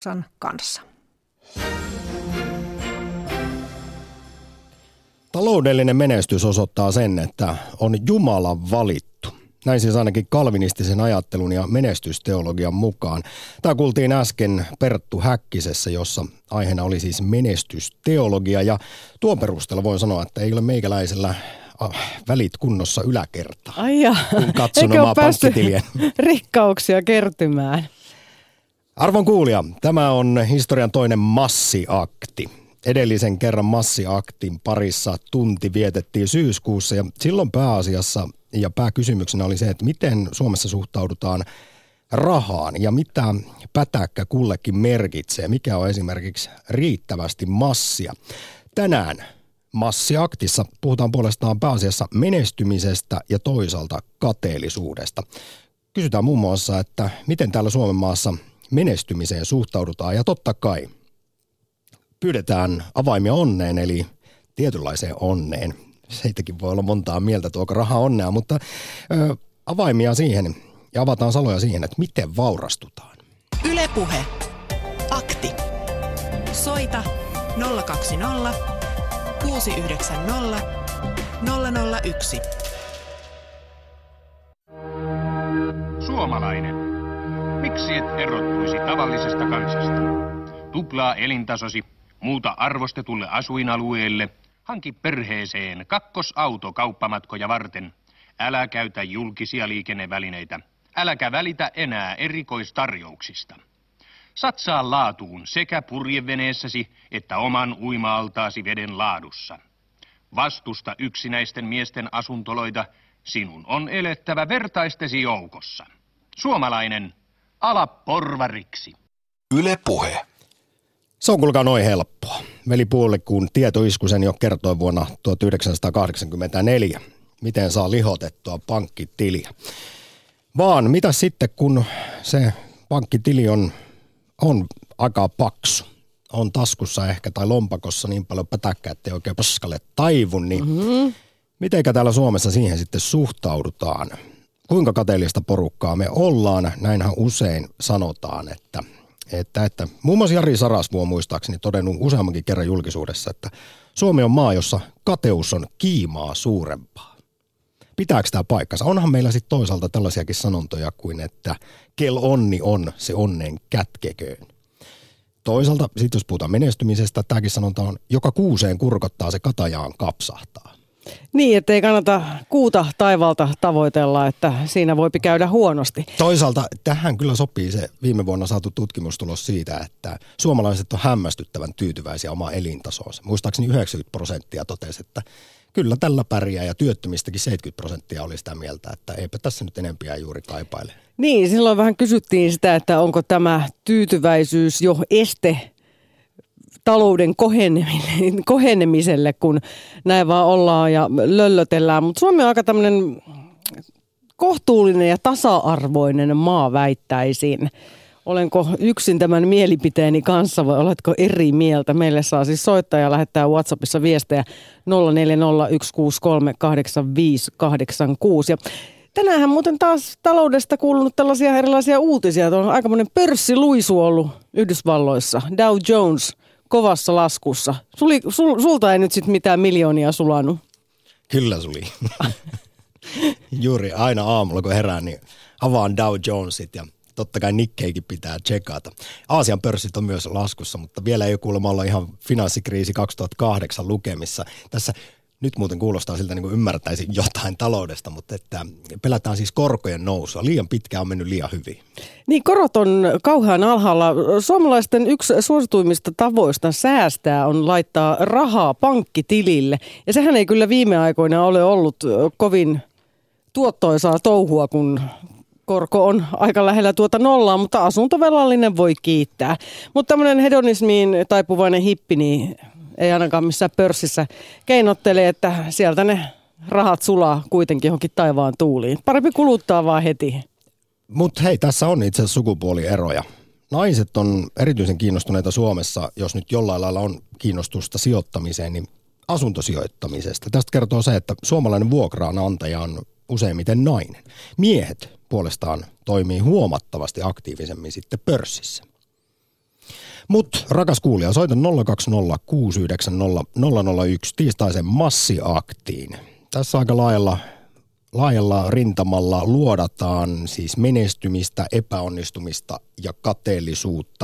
kanssa. Taloudellinen menestys osoittaa sen, että on Jumalan valittu. Näin siis ainakin kalvinistisen ajattelun ja menestysteologian mukaan. Tämä kuultiin äsken Perttu Häkkisessä, jossa aiheena oli siis menestysteologia. Ja tuon perusteella voin sanoa, että ei ole meikäläisellä välit kunnossa yläkertaa, kun katson omaa pankkitilien. Rikkauksia kertymään. Arvon kuulija, tämä on historian toinen massiakti. Edellisen kerran massiaktin parissa tunti vietettiin syyskuussa ja silloin pääasiassa ja pääkysymyksenä oli se, että miten Suomessa suhtaudutaan rahaan ja mitä pätäkkä kullekin merkitsee, mikä on esimerkiksi riittävästi massia. Tänään massiaktissa puhutaan puolestaan pääasiassa menestymisestä ja toisaalta kateellisuudesta. Kysytään muun muassa, että miten täällä Suomen maassa menestymiseen suhtaudutaan ja totta kai pyydetään avaimia onneen eli tietynlaiseen onneen. Seitäkin voi olla montaa mieltä, tuoko raha onnea, mutta avaimia siihen ja avataan saloja siihen, että miten vaurastutaan. Yle Puhe. Akti. Soita 020 690 001. Suomalainen. Miksi et erottuisi tavallisesta kansasta? Tuplaa elintasosi, muuta arvostetulle asuinalueelle, hanki perheeseen kakkosauto kauppamatkoja varten. Älä käytä julkisia liikennevälineitä. Äläkä välitä enää erikoistarjouksista. Satsaa laatuun sekä purjeveneessäsi että oman uima-altaasi veden laadussa. Vastusta yksinäisten miesten asuntoloita. Sinun on elettävä vertaistesi joukossa. Suomalainen, ala porvariksi. Yle Puhe. Se on kuulkaa noin helppoa. Veli Puolikkuun tietoiskusen jo kertoi vuonna 1984, miten saa lihotettua pankkitiliä. Vaan mitä sitten, kun se pankkitili on aika paksu, on taskussa ehkä tai lompakossa niin paljon pätäkkää, ettei oikein paskalle taivu, niin mitenkä täällä Suomessa siihen sitten suhtaudutaan? Kuinka kateellista porukkaa me ollaan? Näinhän usein sanotaan, että muun muassa Jari Sarasvuo muistaakseni todennut useammankin kerran julkisuudessa, että Suomi on maa, jossa kateus on kiimaa suurempaa. Pitääkö tämä paikkansa? Onhan meillä sitten toisaalta tällaisiakin sanontoja kuin, että kel onni on, se onnen kätkeköön. Toisaalta sitten jos puhutaan menestymisestä, tämäkin sanonta on, joka kuuseen kurkottaa, se katajaan kapsahtaa. Niin, ettei kannata kuuta taivalta tavoitella, että siinä voipi käydä huonosti. Toisaalta tähän kyllä sopii se viime vuonna saatu tutkimustulos siitä, että suomalaiset on hämmästyttävän tyytyväisiä omaan elintasoonsa. Muistaakseni 90% totesi, että kyllä tällä pärjää ja työttömistäkin 70% oli sitä mieltä, että eipä tässä nyt enempiä juuri kaipaile. Niin, silloin vähän kysyttiin sitä, että onko tämä tyytyväisyys jo este talouden kohenemiselle, kun näin vaan ollaan ja löllötellään. Mutta Suomi on aika tämmöinen kohtuullinen ja tasa-arvoinen maa, väittäisin. Olenko yksin tämän mielipiteeni kanssa vai oletko eri mieltä? Meille saa siis soittaa ja lähettää WhatsAppissa viestejä 0401638586. Ja tänäänhän muuten taas taloudesta kuulunut tällaisia erilaisia uutisia. Tuo on aikamoinen pörssiluisu ollut Yhdysvalloissa. Dow Jones kovassa laskussa. Sulta ei nyt sitten mitään miljoonia sulanut. Kyllä suli. Juuri aina aamulla kun herään, niin avaan Dow Jonesit ja totta kai Nikkeikin pitää tsekata. Aasian pörssit on myös laskussa, mutta vielä ei kuulemma olla ihan finanssikriisi 2008 lukemissa. Tässä nyt muuten kuulostaa siltä, niin kuin ymmärtäisin jotain taloudesta, mutta että pelätään siis korkojen nousua. Liian pitkään on mennyt liian hyvin. Niin, korot on kauhean alhaalla. Suomalaisten yksi suosituimmista tavoista säästää on laittaa rahaa pankkitilille. Ja sehän ei kyllä viime aikoina ole ollut kovin tuottoisaa touhua, kun korko on aika lähellä tuota nollaa, mutta asuntovelallinen voi kiittää. Mutta tämmöinen hedonismiin taipuvainen hippi, niin ei ainakaan missään pörssissä keinottele, että sieltä ne rahat sulaa kuitenkin johonkin taivaan tuuliin. Parempi kuluttaa vaan heti. Mutta hei, tässä on itse asiassa sukupuolieroja. Naiset on erityisen kiinnostuneita Suomessa, jos nyt jollain lailla on kiinnostusta sijoittamiseen, niin asuntosijoittamisesta. Tästä kertoo se, että suomalainen vuokraanantaja on useimmiten nainen. Miehet puolestaan toimii huomattavasti aktiivisemmin sitten pörssissä. Mutta rakas kuulija, soita 020 690 001 tiistaisen massiaktiin. Tässä aika laajalla rintamalla luodataan siis menestymistä, epäonnistumista ja kateellisuutta.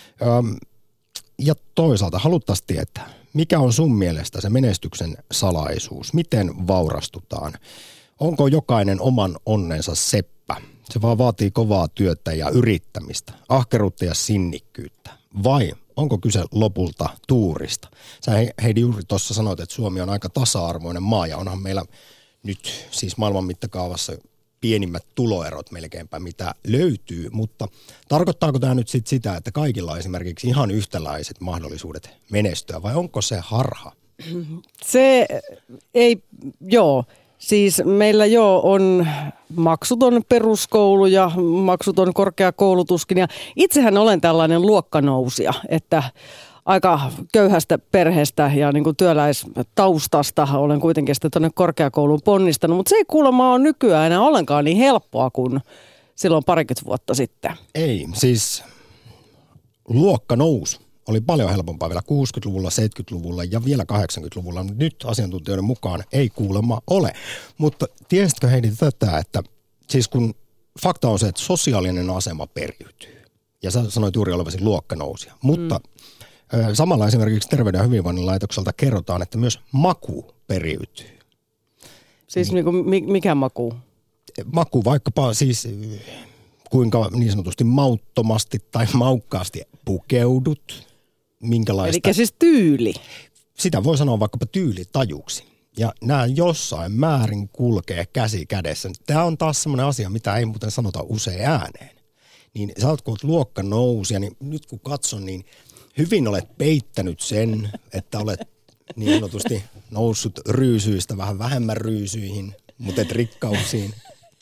Ja toisaalta haluttaisiin tietää, mikä on sun mielestä se menestyksen salaisuus? Miten vaurastutaan? Onko jokainen oman onnensa seppä? Se vaan vaatii kovaa työtä ja yrittämistä, ahkeruutta ja sinnikkyyttä. Vai onko kyse lopulta tuurista? Sä Heidi juuri tuossa sanoit, että Suomi on aika tasa-arvoinen maa ja onhan meillä nyt siis maailman mittakaavassa pienimmät tuloerot melkeinpä mitä löytyy, mutta tarkoittaako tämä nyt sitä, että kaikilla on esimerkiksi ihan yhtäläiset mahdollisuudet menestyä vai onko se harha? Se ei, joo. Siis meillä on maksuton peruskoulu ja maksuton korkeakoulutuskin ja itsehän olen tällainen luokkanousija, että aika köyhästä perheestä ja niin kuin työläistaustasta olen kuitenkin sitten tuonne korkeakouluun ponnistanut, mutta se ei kuulemma ole nykyään enää ollenkaan niin helppoa kuin silloin parikymmentä vuotta sitten. Ei, siis luokkanousu oli paljon helpompaa vielä 60-luvulla, 70-luvulla ja vielä 80-luvulla, mutta nyt asiantuntijoiden mukaan ei kuulemma ole. Mutta tiesitkö Heidi tätä, että siis kun fakta on se, että sosiaalinen asema periytyy ja sä sanoit juuri olevasi luokkanousia, mutta samalla esimerkiksi Terveyden ja hyvinvoinnin laitokselta kerrotaan, että myös maku periytyy. Siis niin kuin mikä maku? Maku vaikkapa siis kuinka niin sanotusti mauttomasti tai maukkaasti pukeudut, minkälaista. Eli siis tyyli. Sitä voi sanoa vaikkapa tyylitajuksi. Ja nämä jossain määrin kulkee käsi kädessä. Tämä on taas semmoinen asia, mitä ei muuten sanota usein ääneen. Niin sä oot kun oot luokkanousia, niin nyt kun katson, niin hyvin olet peittänyt sen, että olet niin sanotusti noussut ryysyistä vähän vähemmän ryysyihin, mutta et rikkauksiin.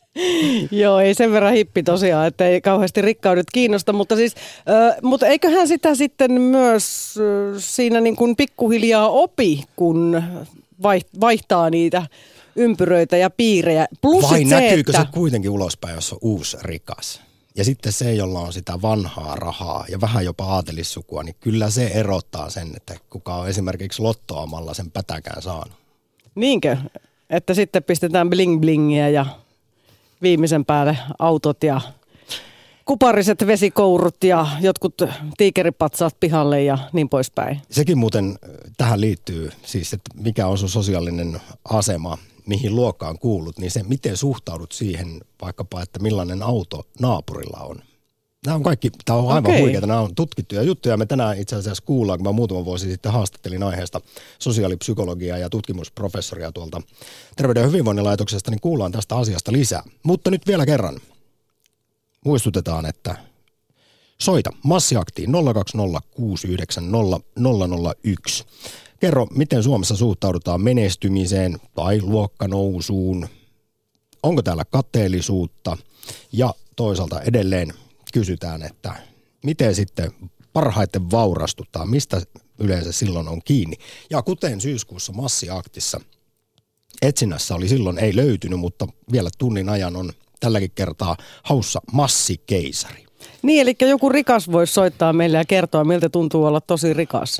Joo, ei sen verran hippi tosiaan, että ei kauheasti rikkaudet kiinnosta, mutta siis, mutta eiköhän sitä sitten myös siinä niin kuin pikkuhiljaa opi, kun vaihtaa niitä ympyröitä ja piirejä. Plus vai näkyykö se kuitenkin ulospäin, jos on uusi rikas? Ja sitten se, jolla on sitä vanhaa rahaa ja vähän jopa aatelissukua, niin kyllä se erottaa sen, että kuka on esimerkiksi lottoamalla sen pätäkään saanut. Niinkö? Että sitten pistetään bling-blingiä ja viimeisen päälle autot ja kupariset vesikourut ja jotkut tiikeripatsaat pihalle ja niin poispäin. Sekin muuten tähän liittyy, siis että mikä on sun sosiaalinen asema, mihin luokkaan kuulut, niin se miten suhtaudut siihen vaikkapa, että millainen auto naapurilla on. Tämä on aivan huikeaa, nämä on tutkittuja juttuja. Me tänään itse asiassa kuullaan, kun mä muutama vuosi sitten haastattelin aiheesta sosiaalipsykologiaa ja tutkimusprofessoria tuolta Terveyden ja hyvinvoinnin laitoksesta, niin kuullaan tästä asiasta lisää. Mutta nyt vielä kerran muistutetaan, että soita massiaktiin 020 690 001. Kerro, miten Suomessa suhtaudutaan menestymiseen tai luokkanousuun? Onko täällä kateellisuutta? Ja toisaalta edelleen kysytään, että miten sitten parhaiten vaurastutaan, mistä yleensä silloin on kiinni. Ja kuten syyskuussa massiaktissa etsinnässä oli silloin ei löytynyt, mutta vielä tunnin ajan on tälläkin kertaa haussa massikeisari. Niin, eli joku rikas voisi soittaa meille ja kertoa, miltä tuntuu olla tosi rikas.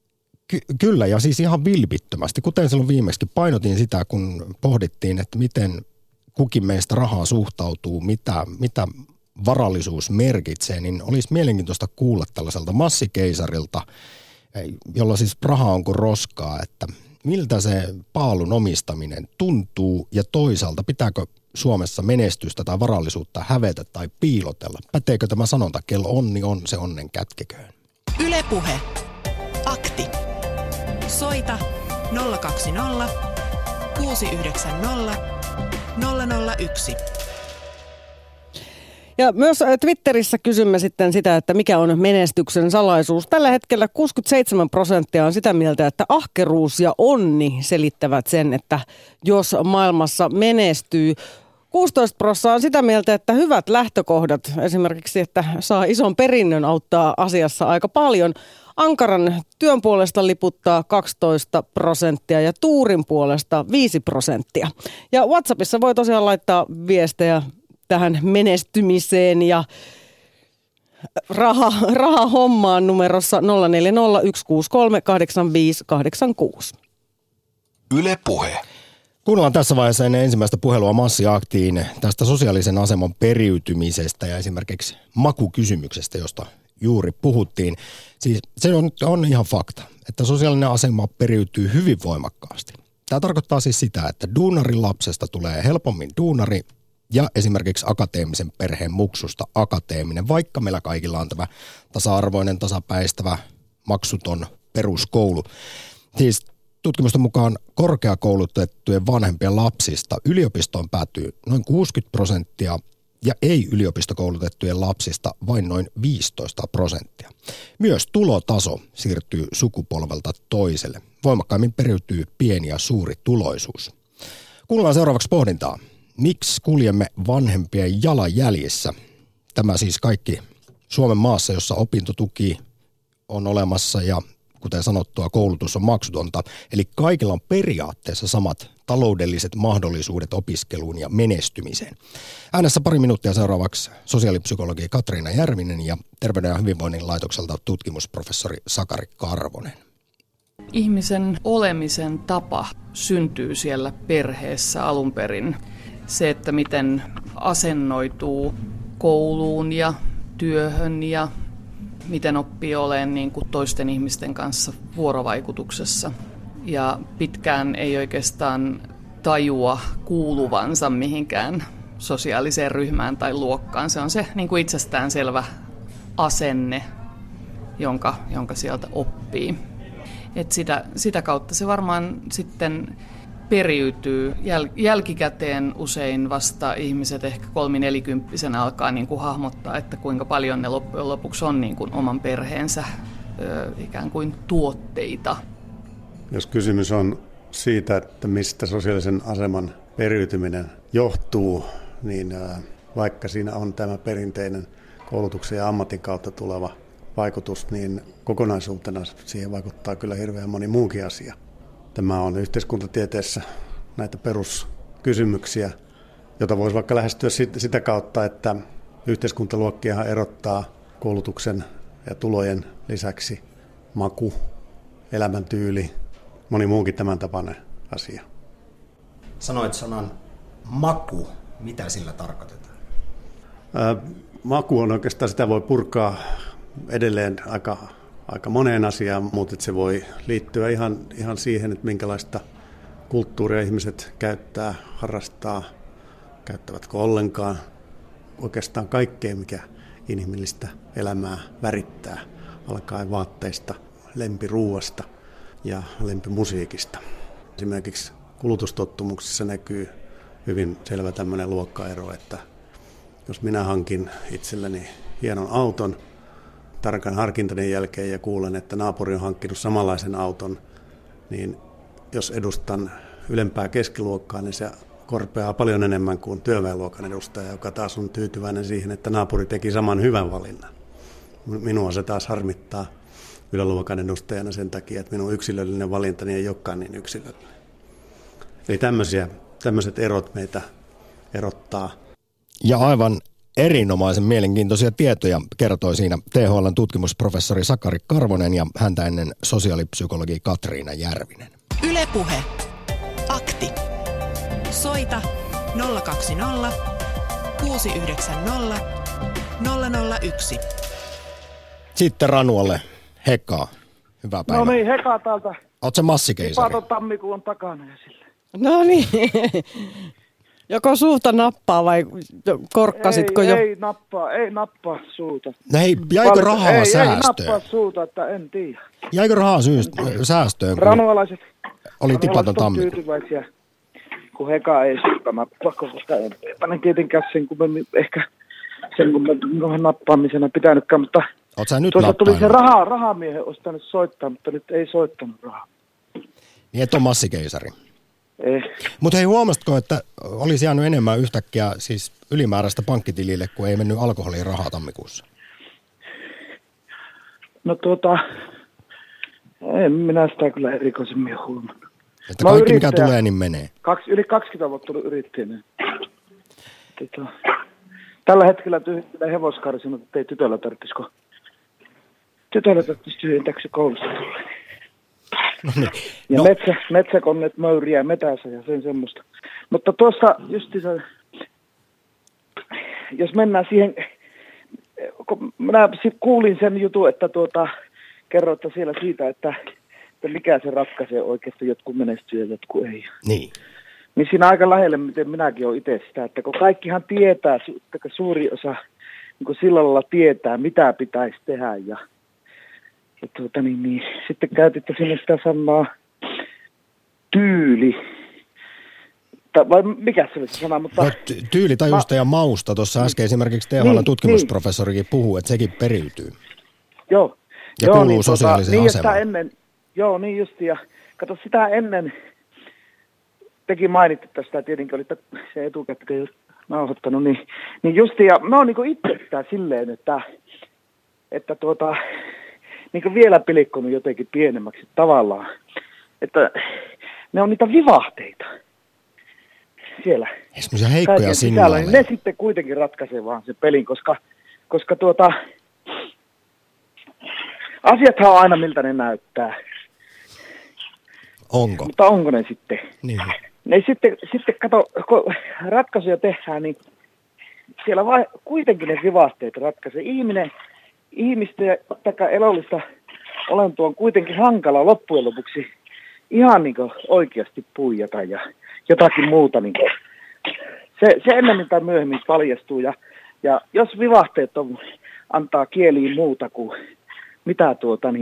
Kyllä, ja siis ihan vilpittömästi. Kuten silloin viimeksi painotin sitä, kun pohdittiin, että miten kukin meistä rahaa suhtautuu, mitä varallisuus merkitsee, niin olisi mielenkiintoista kuulla tällaiselta massikeisarilta, jolla siis raha on kuin roskaa, että miltä se paalun omistaminen tuntuu ja toisaalta pitääkö Suomessa menestystä tai varallisuutta hävetä tai piilotella. Päteekö tämä sanonta, kello onni on, se onnen kätkeköön. Yle Puhe. Akti. Soita 020 690 001. Ja myös Twitterissä kysymme sitten sitä, että mikä on menestyksen salaisuus. Tällä hetkellä 67% on sitä mieltä, että ahkeruus ja onni selittävät sen, että jos maailmassa menestyy. 16% on sitä mieltä, että hyvät lähtökohdat, esimerkiksi että saa ison perinnön, auttaa asiassa aika paljon. Ankaran työn puolesta liputtaa 12% ja tuurin puolesta 5%. Ja WhatsAppissa voi tosiaan laittaa viestejä tähän menestymiseen ja raha hommaan numerossa 0401638586. Yle Puhe. Kuunnellaan tässä vaiheessa ennen ensimmäistä puhelua Massi Ahtiin tästä sosiaalisen aseman periytymisestä ja esimerkiksi makukysymyksestä, josta juuri puhuttiin. Siis se on ihan fakta, että sosiaalinen asema periytyy hyvin voimakkaasti. Tämä tarkoittaa siis sitä, että duunarin lapsesta tulee helpommin duunari ja esimerkiksi akateemisen perheen muksusta akateeminen, vaikka meillä kaikilla on tämä tasa-arvoinen, tasapäistävä, maksuton peruskoulu. Siis tutkimusten mukaan korkeakoulutettujen vanhempien lapsista yliopistoon päätyy noin 60% ja ei-yliopistokoulutettujen lapsista vain noin 15%. Myös tulotaso siirtyy sukupolvelta toiselle. Voimakkaimmin periytyy pieni ja suuri tuloisuus. Kuullaan seuraavaksi pohdintaa. Miksi kuljemme vanhempien jalanjäljissä? Tämä siis kaikki Suomen maassa, jossa opintotuki on olemassa ja kuten sanottua, koulutus on maksutonta. Eli kaikilla on periaatteessa samat taloudelliset mahdollisuudet opiskeluun ja menestymiseen. Äänessä pari minuuttia seuraavaksi sosiaalipsykologi Katriina Järvinen ja Terveyden ja hyvinvoinnin laitokselta tutkimusprofessori Sakari Karvonen. Ihmisen olemisen tapa syntyy siellä perheessä alun perin. Se, että miten asennoituu kouluun ja työhön ja miten oppii olemaan niin kuin toisten ihmisten kanssa vuorovaikutuksessa. Ja pitkään ei oikeastaan tajua kuuluvansa mihinkään sosiaaliseen ryhmään tai luokkaan. Se on se niin kuin itsestäänselvä asenne, jonka sieltä oppii. Et sitä kautta se varmaan sitten periytyy. Jälkikäteen usein vasta ihmiset ehkä 3-4-kymppisenä alkaa niin kuin hahmottaa, että kuinka paljon ne loppujen lopuksi on niin kuin oman perheensä ikään kuin tuotteita. Jos kysymys on siitä, että mistä sosiaalisen aseman periytyminen johtuu, niin vaikka siinä on tämä perinteinen koulutuksen ja ammatin kautta tuleva vaikutus, niin kokonaisuutena siihen vaikuttaa kyllä hirveän moni muukin asia. Tämä on yhteiskuntatieteessä näitä peruskysymyksiä, joita voisi vaikka lähestyä sitä kautta, että yhteiskuntaluokkiahan erottaa koulutuksen ja tulojen lisäksi maku, elämäntyyli, moni muukin tämän tapainen asia. Sanoit sanan maku. Mitä sillä tarkoitetaan? Maku on oikeastaan, sitä voi purkaa edelleen aika moneen asiaan, mutta se voi liittyä ihan siihen, että minkälaista kulttuuria ihmiset käyttää, harrastaa, käyttävätkö ollenkaan. Oikeastaan kaikkea, mikä inhimillistä elämää värittää, alkaen vaatteista, lempiruuasta ja lempimusiikista. Esimerkiksi kulutustottumuksissa näkyy hyvin selvä tämmöinen luokkaero, että jos minä hankin itselleni hienon auton tarkan harkintani jälkeen ja kuulen, että naapuri on hankkinut samanlaisen auton, niin jos edustan ylempää keskiluokkaa, niin se korpeaa paljon enemmän kuin työväenluokan edustaja, joka taas on tyytyväinen siihen, että naapuri teki saman hyvän valinnan. Minua se taas harmittaa yläluokan edustajana sen takia, että minun yksilöllinen valintani ei olekaan niin yksilöllinen. Eli tämmöiset erot meitä erottaa. Ja aivan erinomaisen mielenkiintoisia tietoja kertoi siinä THL:n tutkimusprofessori Sakari Karvonen ja häntä ennen sosiaalipsykologi Katriina Järvinen. Yle Puhe. Akti. Soita 020 690 001. Sitten Ranualle Hekaa. Hyvää päivää. No niin, Heka täältä. Oot sä massikeisari? Tipaton tammikuun takana ja sille. No niin. Joko suuta nappaa vai korkkasitko jo? Ei nappaa suuta. No hei, jäikö rahaa säästöön? Ei nappaa suuta, että en tiedä. Jäikö rahaa säästöön? Ranualaiset Oli tipaton tammikuun. Tyytyväisiä, kun Heka ei suuta nappaa, koska en tietenkään sen kummemmin ehkä sen kummemmin nappaamisena pitänytkään, mutta oot sä nyt tuossa tuli se nappaillut? rahamiehen olisi tänne soittaa, mutta nyt ei soittanut rahaa. Niin et ole massikeisari. Ei. Mutta hei, huomasitko, että olisi jäänyt enemmän yhtäkkiä siis ylimääräistä pankkitilille, kun ei mennyt alkoholiin rahaa tammikuussa? No en minä sitä kyllä erikoisemmin huomannut. Että kaikki mikä tulee, niin menee. Yli 20 vuotta ollut yrittäjänä. tällä hetkellä tyhjentää hevoskarsinut, että ei tytöllä tarvitsisi tyhjentääkö koulusta tulla. No niin. Ja metsäkonnet möyriä metässä ja sen semmoista. Mutta tuossa justiinsa, jos mennään siihen, kun minä kuulin sen jutun, että kerroitte siellä siitä, että mikä se ratkaisee oikeasti, jotkut menestyy ja jotkut ei. Niin. Niin siinä aika lähelle, miten minäkin olen itse sitä, että kun kaikkihan tietää, että suuri osa niin sillä lailla tietää, mitä pitäisi tehdä ja sitten käytitte sinne sitä sanaa tyyli. Vai mikä se oli se sana? Mutta tyylitajusta ja mausta. Tuossa äsken esimerkiksi THL:n tutkimusprofessorikin puhuu, että sekin periytyy. Joo. Ja kuuluu sosiaaliseen asemaan. Niin justi. Ja kato, sitä ennen tekin mainitte tästä, tietenkin olitte se etukäteen jo nauhoittanut, niin justi, ja mä oon niin itsestään silleen, että niin vielä pilikkonut jotenkin pienemmäksi tavallaan, että ne on niitä vivahteita siellä. Semmoisia heikkoja signaaleja. Ne sitten kuitenkin ratkaisee vaan sen pelin, koska asiathan on aina miltä ne näyttää. Onko? Mutta onko ne sitten? Niin. Ne sitten kato, kun ratkaisuja tehdään, niin siellä kuitenkin ne vivahteet ratkaisee. Ihmistä ja elollista olentoa on kuitenkin hankala loppujen lopuksi ihan niin kuin oikeasti puijata ja jotakin muuta. Niin se ennemmin tai myöhemmin paljastuu. Ja jos vivahteet antaa kieliin muuta kuin mitä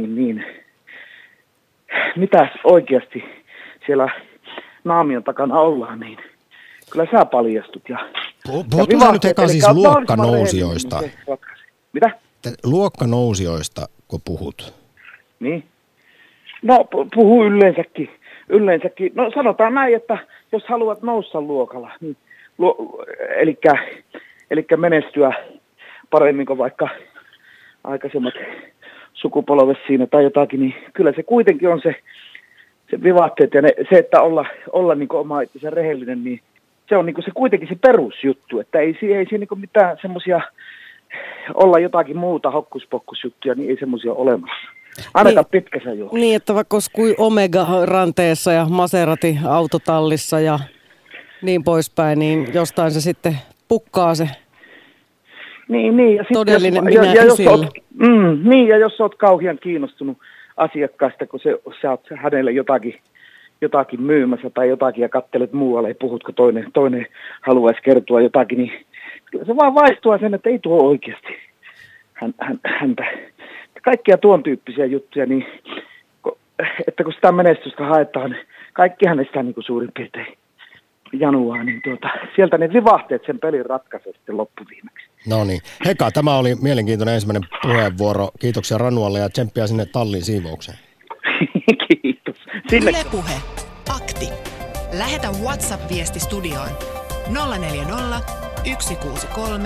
mitä oikeasti siellä naamion takana ollaan, niin kyllä sä paljastut. Puhutaan nyt eka siis luokkanousijoista. Mitä? Luokkanousijoista, kun puhut. Niin. No, puhuu yleensäkin. No sanotaan näin, että jos haluat nousta luokalla, niin eli menestyä paremmin kuin vaikka aikaisemmat sukupolvet siinä tai jotakin, niin kyllä se kuitenkin on se vivahteet ja se, että olla niin oma itsensä rehellinen, niin se on niin se kuitenkin se perusjuttu, että ei siinä niin mitään semmoisia olla jotakin muuta hokkuspokkusjuttuja, niin ei semmoisia olemassa. Ainakaan niin, pitkässä juoksussa. Niin, että vaikka olisi kuin Omega-ranteessa ja Maserati-autotallissa ja niin poispäin, niin jostain se sitten pukkaa se niin, ja todellinen minä esille. Ja jos olet kauhean kiinnostunut asiakkaasta, kun sä oot hänelle jotakin myymässä tai jotakin ja katselet muualle ja puhutko toinen haluaisi kertoa jotakin, niin kyllä se vaan vaistuu sen, että ei tuo oikeasti häntä. Kaikkia tuon tyyppisiä juttuja, niin että kun sitä menestystä haetaan, niin kaikkihan ne sitä niin kuin suurin piirtein januaa, niin sieltä ne vivahteet sen pelin ratkaisee sitten loppuviimeksi. No niin. Heka, tämä oli mielenkiintoinen ensimmäinen puheenvuoro. Kiitoksia Ranualle ja tsemppiä sinne tallin siivoukseen. Kiitos. Yle Puhe. Akti. Lähetä WhatsApp-viesti studioon 040 163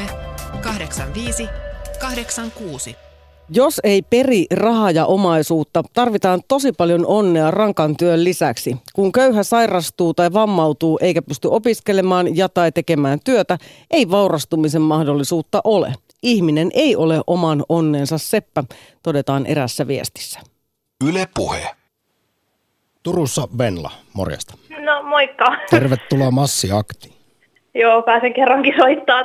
85 86. Jos ei peri rahaa ja omaisuutta, tarvitaan tosi paljon onnea rankan työn lisäksi. Kun köyhä sairastuu tai vammautuu eikä pysty opiskelemaan ja tai tekemään työtä, ei vaurastumisen mahdollisuutta ole. Ihminen ei ole oman onnensa seppä, todetaan erässä viestissä. Yle Puhe. Turussa Venla, morjesta. No moikka. Tervetuloa Massi-aktiin. Joo, pääsen kerrankin soittaa,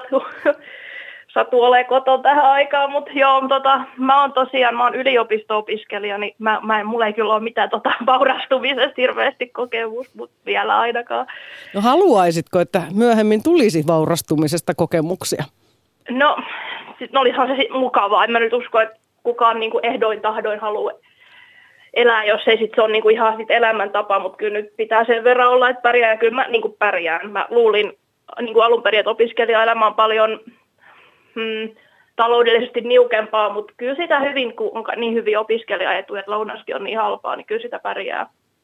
satu olemaan kotona tähän aikaan, mutta joo, mä oon yliopisto-opiskelija, niin mulla ei kyllä ole mitään vaurastumisesta hirveästi kokemus, mutta vielä ainakaan. No haluaisitko, että myöhemmin tulisi vaurastumisesta kokemuksia? No, olisihan se mukavaa. En mä nyt usko, että kukaan niin kuin ehdoin tahdoin haluaa elää, jos ei sit se ole niin kuin ihan sit elämäntapa, mutta kyllä nyt pitää sen verran olla, että pärjää, ja kyllä mä niin kuin pärjään. Mä luulin niin kuin alun perin, että opiskelijaelämä on paljon taloudellisesti niukempaa, mutta kyllä sitä hyvin, kun on niin hyvin opiskelijaetuja, että lounaskin on niin halpaa, niin kyllä sitä pärjää.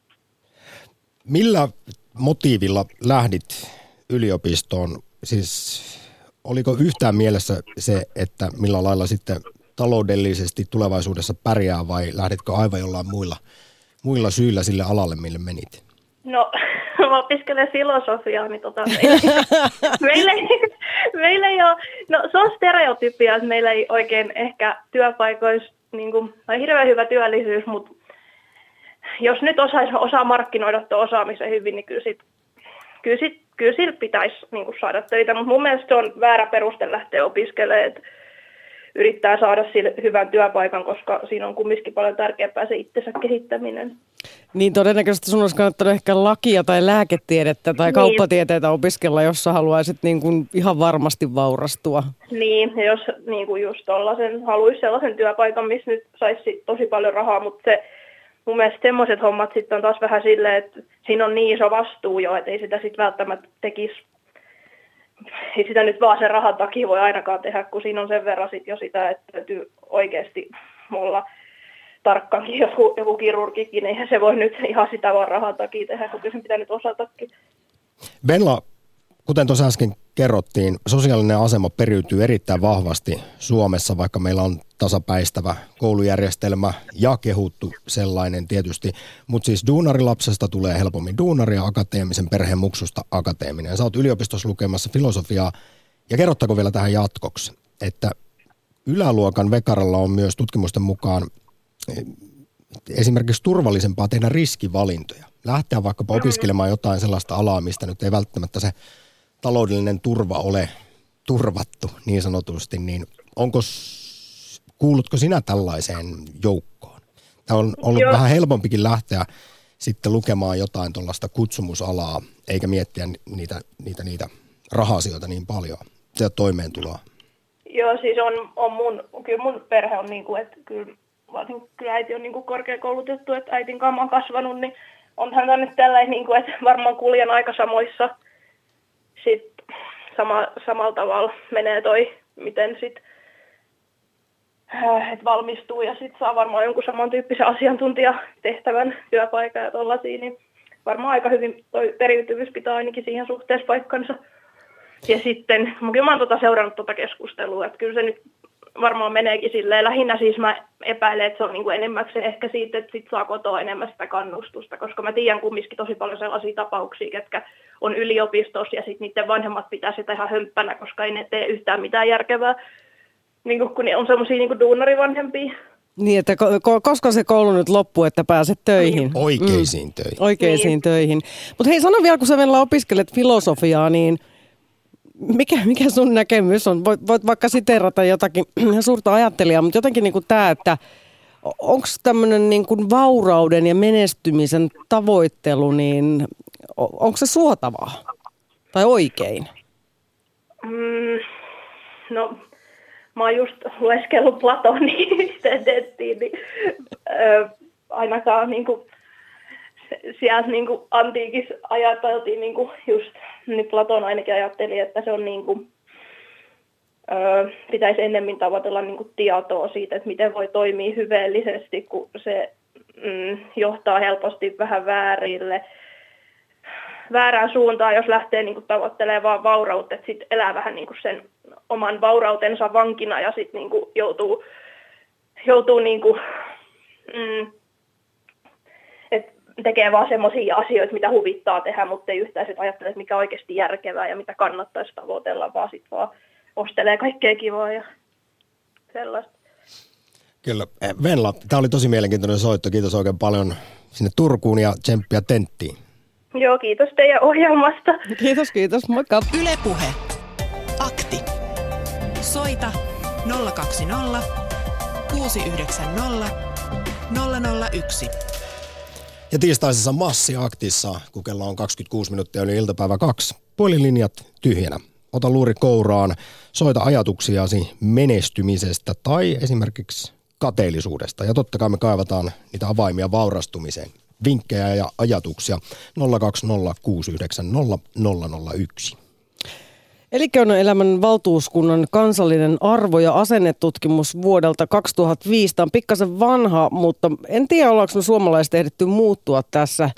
Millä motiivilla lähdit yliopistoon? Siis oliko yhtään mielessä se, että millä lailla sitten taloudellisesti tulevaisuudessa pärjää vai lähditkö aivan jollain muilla syillä sille alalle, mille menit? No, mä opiskelen filosofiaa, niin Meillä ei ole, no se on stereotypia, että meillä ei oikein ehkä työpaikoissa niin kuin, tai hirveän hyvä työllisyys, mutta jos nyt osaa markkinoida tuon osaamisen hyvin, niin kyllä sillä pitäisi niin kuin saada töitä, mutta mun mielestä se on väärä peruste lähteä opiskelemaan, että yrittää saada sille hyvän työpaikan, koska siinä on kumminkin paljon tärkeämpää se itsensä kehittäminen. Niin todennäköisesti sun olisi kannattanut ehkä lakia tai lääketiedettä tai kauppatieteitä opiskella, jos sä haluaisit niin kuin ihan varmasti vaurastua. Niin, ja jos niin kuin just haluaisi sellaisen työpaikan, missä nyt saisi tosi paljon rahaa, mutta se, mun mielestä semmoiset hommat sitten on taas vähän silleen, että siinä on niin iso vastuu jo, että ei sitä sitten välttämättä tekisi. Ei sitä nyt vaan sen rahan takia voi ainakaan tehdä, kun siinä on sen verran sit jo sitä, että täytyy oikeasti olla tarkkaankin joku kirurgikin, niin eihän se voi nyt ihan sitä vaan rahan takia tehdä, kun sen pitää nyt osatakin. Venla, kuten tuossa äsken kerrottiin, sosiaalinen asema periytyy erittäin vahvasti Suomessa, vaikka meillä on tasapäistävä koulujärjestelmä ja kehuttu sellainen tietysti. Mutta siis duunarilapsesta tulee helpommin duunari ja akateemisen perheen muksusta akateeminen. Sä oot yliopistossa lukemassa filosofiaa ja kerrottako vielä tähän jatkoksi, että yläluokan vekaralla on myös tutkimusten mukaan esimerkiksi turvallisempaa tehdä riskivalintoja. Lähteä vaikkapa opiskelemaan jotain sellaista alaa, mistä nyt ei välttämättä se taloudellinen turva ole turvattu niin sanotusti, niin kuulutko sinä tällaiseen joukkoon? Tämä on ollut vähän helpompikin lähteä sitten lukemaan jotain tuollaista kutsumusalaa, eikä miettiä niitä raha-asioita niin paljon, sitä toimeentuloa. Joo, siis kyllä mun perhe on niinku, että kyllä äiti on niinku korkeakoulutettu, että äitin kanssa on kasvanut, niin onhan tämä nyt tällainen, niinku, että varmaan kuljen aika samoissa, sitten samalla tavalla menee miten sitten että valmistuu ja sitten saa varmaan jonkun samantyyppisen asiantuntijatehtävän työpaikan ja tollaisia, niin varmaan aika hyvin toi periytyvyys pitää ainakin siihen suhteessa paikkansa. Ja sitten, kyllä mä oon seurannut keskustelua, että kyllä se nyt varmaan meneekin silleen. Lähinnä siis mä epäilen, että se on niinku enimmäkseen ehkä siitä, että sit saa kotoa enemmän sitä kannustusta, koska mä tiedän kumminkin tosi paljon sellaisia tapauksia, ketkä on yliopistossa ja sitten niiden vanhemmat pitää sitä ihan hömppänä, koska ei ne tee yhtään mitään järkevää, niin kun ne on semmoisia niin duunarivanhempia. Niin, että koska se koulu nyt loppuu, että pääset töihin. Oikeisiin töihin. Oikeisiin töihin. Mutta hei, sano vielä, kun sä vielä opiskelet filosofiaa, niin mikä sun näkemys on? Voit vaikka siteerata jotakin suurta ajattelijaa, mutta jotenkin niin kuin tämä, että onko tämmöinen niin kuin vaurauden ja menestymisen tavoittelu, niin onko se suotavaa tai oikein? No, mä oon just lueskellut Platonia nettiin, niin ainakaan niinku siellä niinku antiikissa ajateltiin niinku just, niin Platon ainakin ajatteli, että se on niinku, pitäisi ennemmin tavoitella niinku tietoa siitä, että miten voi toimia hyveellisesti, kun se johtaa helposti vähän väärään suuntaan, jos lähtee niinku tavoittelemaan vaan vaurautta, että sitten elää vähän niinku sen oman vaurautensa vankina ja sitten niinku joutuu niinku, tekee vaan semmoisia asioita, mitä huvittaa tehdä, mutta ei yhtään sit ajattele, että mikä on oikeasti järkevää ja mitä kannattaisi tavoitella, vaan sitten vaan ostelee kaikkea kivaa ja sellaista. Kyllä. Venla, tämä oli tosi mielenkiintoinen soitto. Kiitos oikein paljon sinne Turkuun ja tsemppiä tenttiin. Joo, kiitos teidän ohjelmasta. Kiitos. Moikka. Yle Puhe. Akti. Soita 020 690 001. Ja tiistaisessa Massi-aktissa, kun kello on 26 minuuttia yli iltapäivä 2, puhelinlinjat tyhjänä. Ota luuri kouraan, soita ajatuksiasi menestymisestä tai esimerkiksi kateellisuudesta. Ja totta kai me kaivataan niitä avaimia vaurastumiseen. Vinkkejä ja ajatuksia 020690001. Elinkeinoelämän valtuuskunnan kansallinen arvo- ja asennetutkimus vuodelta 2005. Tämä on pikkasen vanha, mutta en tiedä, ollaanko me suomalaiset ehditty muuttua tässä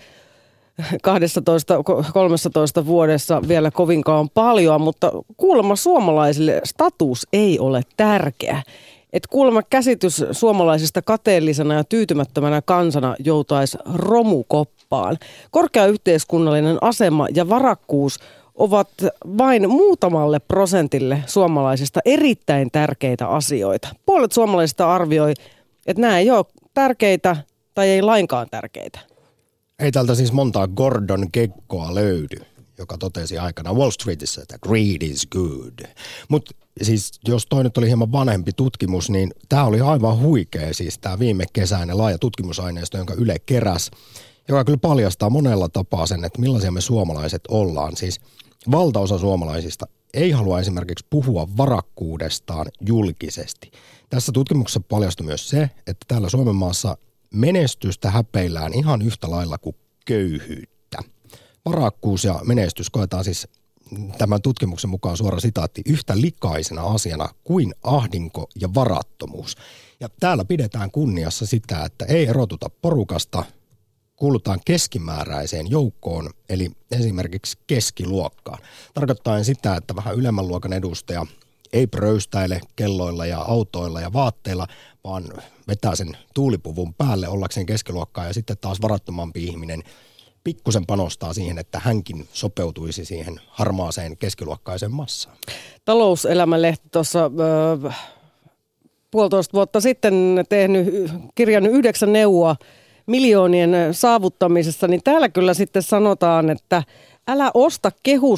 12-13 vuodessa vielä kovinkaan paljon, mutta kuulemma suomalaisille status ei ole tärkeä. Että kuulemma käsitys suomalaisista kateellisena ja tyytymättömänä kansana joutaisi romukoppaan. Korkea yhteiskunnallinen asema ja varakkuus ovat vain muutamalle prosentille suomalaisista erittäin tärkeitä asioita. Puolet suomalaisista arvioi, että nämä ei ole tärkeitä tai ei lainkaan tärkeitä. Ei tältä siis montaa Gordon Gekkoa löydy, joka totesi aikana Wall Streetissä, että greed is good. Mutta siis jos toi nyt oli hieman vanhempi tutkimus, niin tämä oli aivan huikea, siis tämä viime kesäinen laaja tutkimusaineisto, jonka Yle keräsi, joka kyllä paljastaa monella tapaa sen, että millaisia me suomalaiset ollaan. Siis valtaosa suomalaisista ei halua esimerkiksi puhua varakkuudestaan julkisesti. Tässä tutkimuksessa paljastui myös se, että täällä Suomen maassa menestystä häpeillään ihan yhtä lailla kuin köyhyyttä. Varakkuus ja menestys koetaan siis tämän tutkimuksen mukaan suora sitaatti yhtä likaisena asiana kuin ahdinko ja varattomuus. Ja täällä pidetään kunniassa sitä, että ei erotuta porukasta, kuulutaan keskimääräiseen joukkoon, eli esimerkiksi keskiluokkaan. Tarkoittaen sitä, että vähän ylemmän luokan edustaja ei pröystäile kelloilla ja autoilla ja vaatteilla, vaan vetää sen tuulipuvun päälle ollakseen keskiluokkaa, ja sitten taas varattomampi ihminen pikkusen panostaa siihen, että hänkin sopeutuisi siihen harmaaseen keskiluokkaiseen massaan. Talouselämälehti tuossa 1,5 vuotta sitten kirjannut 9 neuvoa miljoonien saavuttamisessa, niin täällä kyllä sitten sanotaan, että älä osta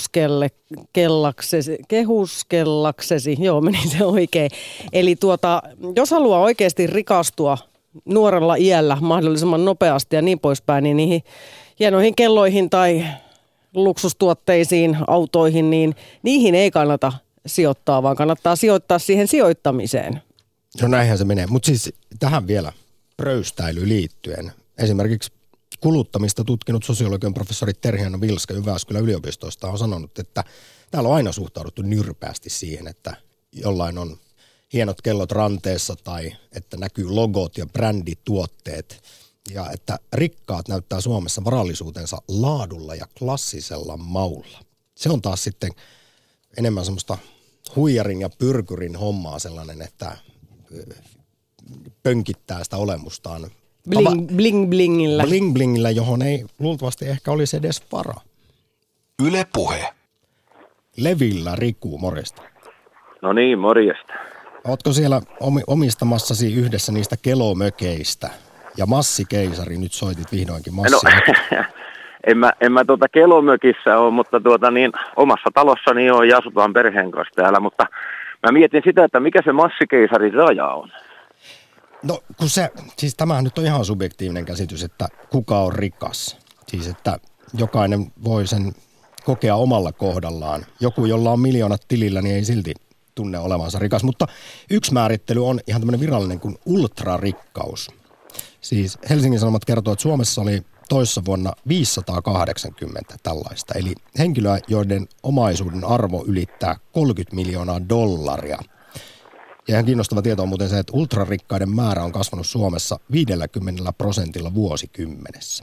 kehuskellaksesi, joo meni se oikein. Eli jos haluaa oikeasti rikastua nuorella iällä mahdollisimman nopeasti ja niin poispäin, niin niihin hienoihin kelloihin tai luksustuotteisiin, autoihin, niin niihin ei kannata sijoittaa, vaan kannattaa sijoittaa siihen sijoittamiseen. No näinhän se menee, mutta siis tähän vielä pröystäily liittyen. Esimerkiksi kuluttamista tutkinut sosiologian professori Terhi-Hanna Vilska Jyväskylän yliopistosta on sanonut, että täällä on aina suhtauduttu nyrpeästi siihen, että jollain on hienot kellot ranteessa tai että näkyy logot ja brändituotteet. Ja että rikkaat näyttää Suomessa varallisuutensa laadulla ja klassisella maulla. Se on taas sitten enemmän semmoista huijarin ja pyrkyrin hommaa sellainen, että pönkittää sitä olemustaan. Bling-blingillä. Bling-blingillä, johon ei luultavasti ehkä olisi edes varaa. Yle Puhe. Levillä Riku, morjesta. No niin, morjesta. Ootko siellä omistamassasi yhdessä niistä kelomökeistä? Ja Massi Keisari, nyt soitit vihdoinkin Massi. No, en mä kelomökissä ole, mutta omassa talossani on ja asutaan perheen kanssa täällä, mutta mä mietin sitä, että mikä se Massi Keisarin raja on. No kun siis tämähän nyt on ihan subjektiivinen käsitys, että kuka on rikas. Siis että jokainen voi sen kokea omalla kohdallaan. Joku, jolla on miljoonat tilillä, niin ei silti tunne olevansa rikas. Mutta yksi määrittely on ihan tämmöinen virallinen kuin ultrarikkaus. Siis Helsingin Sanomat kertoo, että Suomessa oli toissa vuonna 580 tällaista. Eli henkilöä, joiden omaisuuden arvo ylittää $30 miljoonaa. Ja ihan kiinnostava tieto on muuten se, että ultrarikkaiden määrä on kasvanut Suomessa 50% vuosikymmenessä.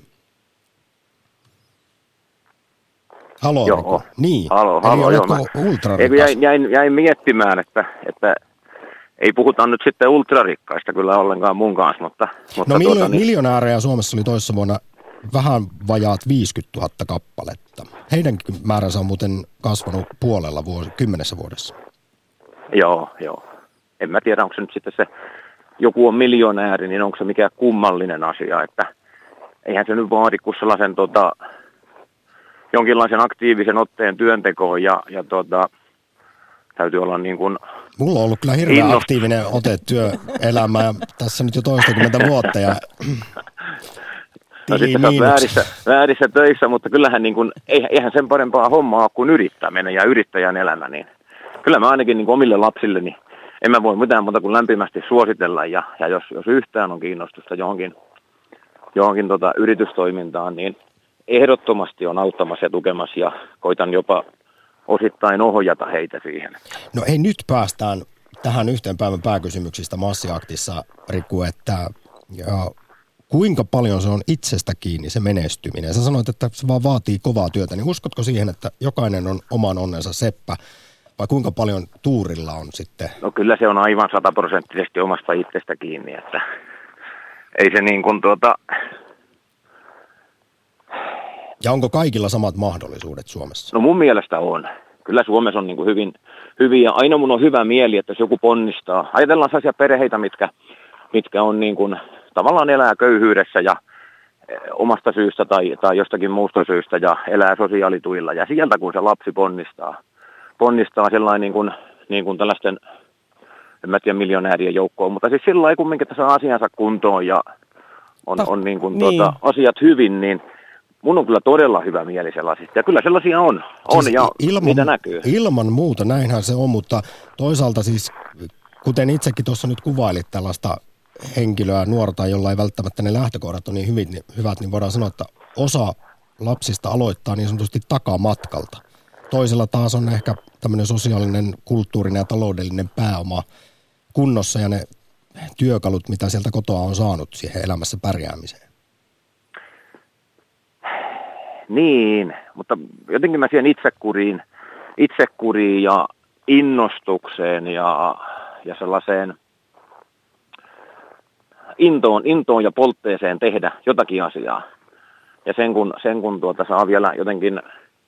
Halo, joo. Niin. Halo, eli oletko ultrarikas? Jäin miettimään, että ei puhuta nyt sitten ultrarikkaista kyllä ollenkaan mun kanssa, mutta miljonäärejä Suomessa oli toissa vuonna vähän vajaat 50 000 kappaletta. Heidänkin määränsä on muuten kasvanut 10 vuodessa. Joo. En mä tiedä, onko se nyt sitten se, joku on miljonääri, niin onko se mikään kummallinen asia, että eihän se nyt vaadi kuin sellaisen jonkinlaisen aktiivisen otteen työntekoon ja täytyy olla niin kuin mulla on ollut kyllä hirveän aktiivinen ote työelämää tässä nyt jo toistakymmentä vuotta. Ja no sitten sä oot väärissä töissä, mutta kyllähän niin kuin, eihän sen parempaa hommaa ole kuin yrittäminen ja yrittäjän elämä. Niin kyllä mä ainakin niin kuin omille lapsilleni en mä voi mitään muuta kuin lämpimästi suositella. Ja jos yhtään on kiinnostusta johonkin yritystoimintaan, niin ehdottomasti on auttamassa ja tukemassa ja koitan jopa osittain ohjata heitä siihen. No ei, nyt päästään tähän yhteen päivän pääkysymyksistä Massiaktissa, Riku, että kuinka paljon se on itsestä kiinni se menestyminen? Sä sanoit, että se vaan vaatii kovaa työtä, niin uskotko siihen, että jokainen on oman onnensa seppä, vai kuinka paljon tuurilla on sitten? No kyllä se on aivan 100% omasta itsestä kiinni, että ei se niin kuin Ja onko kaikilla samat mahdollisuudet Suomessa? No mun mielestä on. Kyllä Suomessa on niin kuin hyvin ja aina mun on hyvä mieli, että jos joku ponnistaa. Ajatellaan sellaisia perheitä, mitkä on niin kuin, tavallaan elää köyhyydessä ja omasta syystä tai jostakin muusta syystä ja elää sosiaalituilla. Ja sieltä kun se lapsi ponnistaa sellainen niin kuin tällaisten, en mä tiedä miljonäärien joukkoon, mutta siis sillä lailla kumminkin, että saa asiansa kuntoon ja on niin kuin asiat hyvin, niin mun on kyllä todella hyvä mieli sellaisista. Ja kyllä sellaisia on siis ja niitä näkyy. Ilman muuta, näinhän se on, mutta toisaalta siis, kuten itsekin tuossa nyt kuvailit tällaista henkilöä, nuorta, jolla ei välttämättä ne lähtökohdat on niin hyvät, niin voidaan sanoa, että osa lapsista aloittaa niin sanotusti takamatkalta. Toisella taas on ehkä tämmöinen sosiaalinen, kulttuurinen ja taloudellinen pääoma kunnossa ja ne työkalut, mitä sieltä kotoa on saanut siihen elämässä pärjäämiseen. Niin, mutta jotenkin mä siihen itsekuriin ja innostukseen ja sellaiseen intoon ja poltteeseen tehdä jotakin asiaa. Ja sen kun saa vielä jotenkin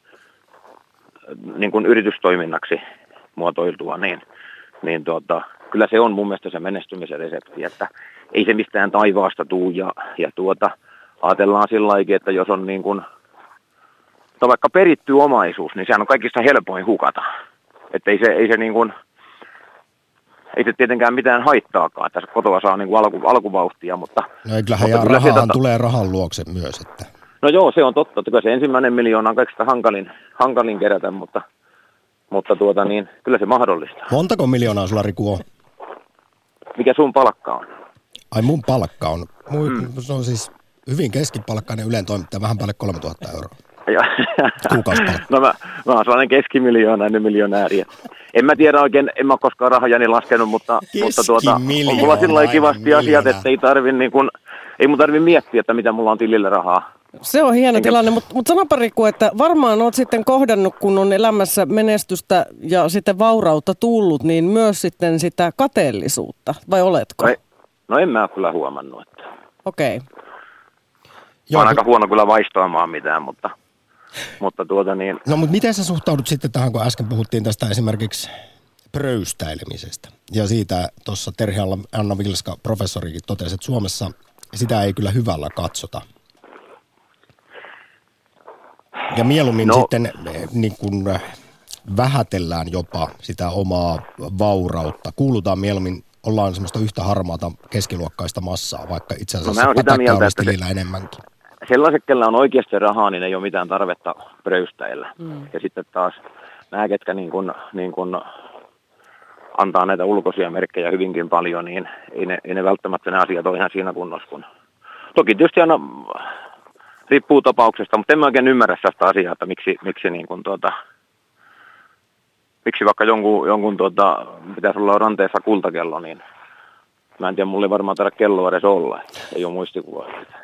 niin kuin yritystoiminnaksi muotoiltua, niin kyllä se on mun mielestä se menestymisen resepti, että ei se mistään taivaasta tuu ja ajatellaan sillä lailla, että jos on niin kuin vaikka peritty omaisuus, niin sehän on kaikista helpoin hukata. Että ei se niin kuin, ei se tietenkään mitään haittaakaan, että kotoa saa niin kuin alkuvauhtia, mutta... No ei kyllähän ja rahaan tulee rahan luokse myös, että... No joo, se on totta. Kyllä se 1 miljoona on kaikista hankalin kerätä, mutta niin kyllä se mahdollista. Montako miljoonaa sulla, Riku, on? Mikä sun palkka on? Ai mun palkka on? Se on siis hyvin keskipalkkainen Ylen toimittaja, vähän päälle 3 000 euroa. Kuukausipalkka. No mä oon sellainen keskimiljoonainen miljonääri. En mä tiedä oikein, en mä koskaan rahajani laskenut, mutta on mulla sillä kivasti asiat, että ei mun tarvi miettiä, että mitä mulla on tilillä rahaa. Se on hieno tilanne, mutta sanonpa Riku, että varmaan oot sitten kohdannut, kun on elämässä menestystä ja sitten vaurautta tullut, niin myös sitten sitä kateellisuutta, vai oletko? No en mä kyllä huomannut. Okei. Okay. Mä oon aika huono kyllä vaistoamaan mitään, mutta niin... No mutta miten sä suhtaudut sitten tähän, kun äsken puhuttiin tästä esimerkiksi pröystäilemisestä. Ja siitä tuossa Terhi Anna Vilska, professorikin, totesi, että Suomessa sitä ei kyllä hyvällä katsota. Ja mieluummin sitten niin kuin vähätellään jopa sitä omaa vaurautta. Kuulutaan mieluummin, ollaan semmoista yhtä harmaata keskiluokkaista massaa, vaikka itse asiassa pätäkkä olisi tilillä enemmänkin. Sellaiset, kellä on oikeasti rahaa, niin ei ole mitään tarvetta pröystäillä. Ja sitten taas nämä, ketkä niin kun antaa näitä ulkoisia merkkejä hyvinkin paljon, niin ei ne välttämättä ne asiat ole ihan siinä kunnossa. Toki tietysti aina riippuu tapauksesta, mutta en mä oikein ymmärrä sitä asiaa, että miksi vaikka jonkun pitäisi olla ranteessa kultakello, niin mä en tiedä, mulla ei varmaan taida kelloa edes olla, ei ole muistikuvaa.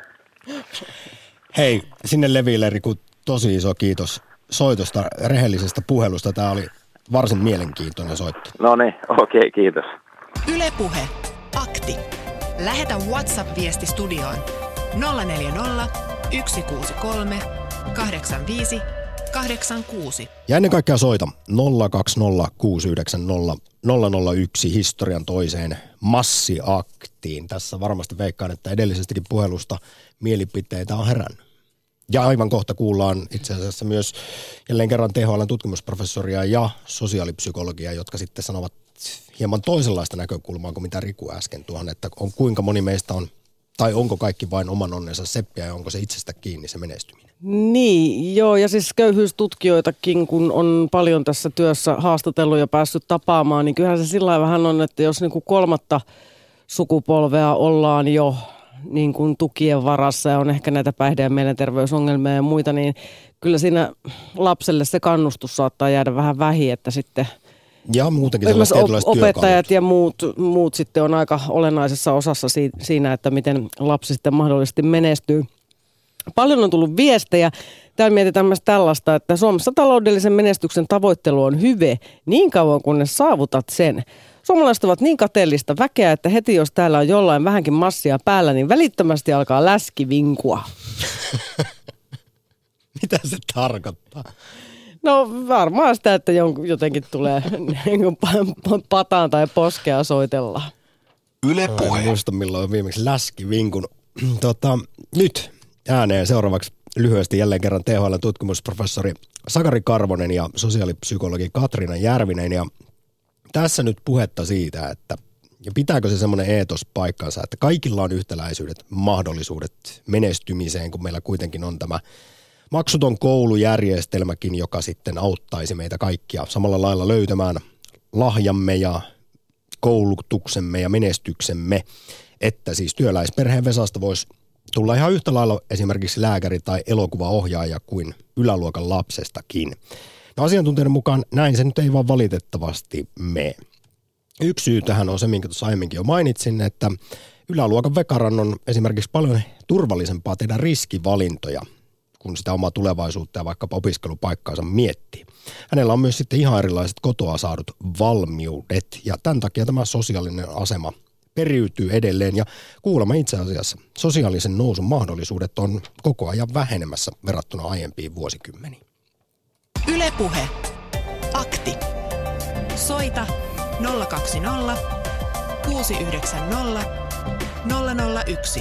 Hei, sinne Leville, Riku, tosi iso kiitos soitosta, rehellisestä puhelusta. Tämä oli varsin mielenkiintoinen soitto. No niin, okei, kiitos. Yle Puhe. Akti. Lähetä WhatsApp-viesti studioon 040 163 85 86. Ja ennen kaikkea soita 020 690 001 historian toiseen massiaktiin. Tässä varmasti veikkaan, että edellisestäkin puhelusta mielipiteitä on herännyt. Ja aivan kohta kuullaan itse asiassa myös jälleen kerran THL:n tutkimusprofessoria ja sosiaalipsykologia, jotka sitten sanovat hieman toisenlaista näkökulmaa kuin mitä Riku äsken tuohon, että on kuinka moni meistä on, tai onko kaikki vain oman onnensa seppiä ja onko se itsestä kiinni se menestyminen. Niin, joo, ja siis köyhyystutkijoitakin, kun on paljon tässä työssä haastatellut ja päässyt tapaamaan, niin kyllähän se sillä vähän on, että jos niin kuin 3. sukupolvea ollaan jo niin kuin tukien varassa ja on ehkä näitä päihde- ja mielenterveysongelmia ja muita, niin kyllä siinä lapselle se kannustus saattaa jäädä vähän vähin, että sitten ja muutenkin sellaiset tietynlaiset opettajat ja muut sitten on aika olennaisessa osassa siinä, että miten lapsi sitten mahdollisesti menestyy. Paljon on tullut viestejä. Täällä mietitään myös tällaista, että Suomessa taloudellisen menestyksen tavoittelu on hyve niin kauan, kunnes saavutat sen. Suomalaiset ovat niin kateellista väkeä, että heti jos täällä on jollain vähänkin massia päällä, niin välittömästi alkaa läski vinkua. Mitä se tarkoittaa? No varmaan sitä, että jotenkin tulee pataan tai poskea soitellaan. Yle Puhe. En muista milloin viimeksi läski vinkun. Nyt ääneen seuraavaksi lyhyesti jälleen kerran THL-tutkimusprofessori Sakari Karvonen ja sosiaalipsykologi Katriina Järvinen. Ja tässä nyt puhetta siitä, että ja pitääkö se semmoinen eetos paikkansa, että kaikilla on yhtäläisyydet, mahdollisuudet menestymiseen, kun meillä kuitenkin on tämä maksuton koulujärjestelmäkin, joka sitten auttaisi meitä kaikkia samalla lailla löytämään lahjamme ja koulutuksemme ja menestyksemme, että siis työläisperheen Vesasta voisi tulla ihan yhtä lailla esimerkiksi lääkäri tai elokuvaohjaaja kuin yläluokan lapsestakin. No asiantuntijoiden mukaan näin se nyt ei vaan valitettavasti mene. Yksi syy tähän on se, minkä tuossa aiemminkin jo mainitsin, että yläluokan vekaran on esimerkiksi paljon turvallisempaa tehdä riskivalintoja, kun sitä omaa tulevaisuutta ja vaikkapa opiskelupaikkaansa miettii. Hänellä on myös sitten ihan erilaiset kotoa saadut valmiudet ja tämän takia tämä sosiaalinen asema periytyy edelleen ja kuulemma itse asiassa sosiaalisen nousun mahdollisuudet on koko ajan vähenemässä verrattuna aiempiin vuosikymmeniin. Yle Puhe. Akti. Soita 020 690 001.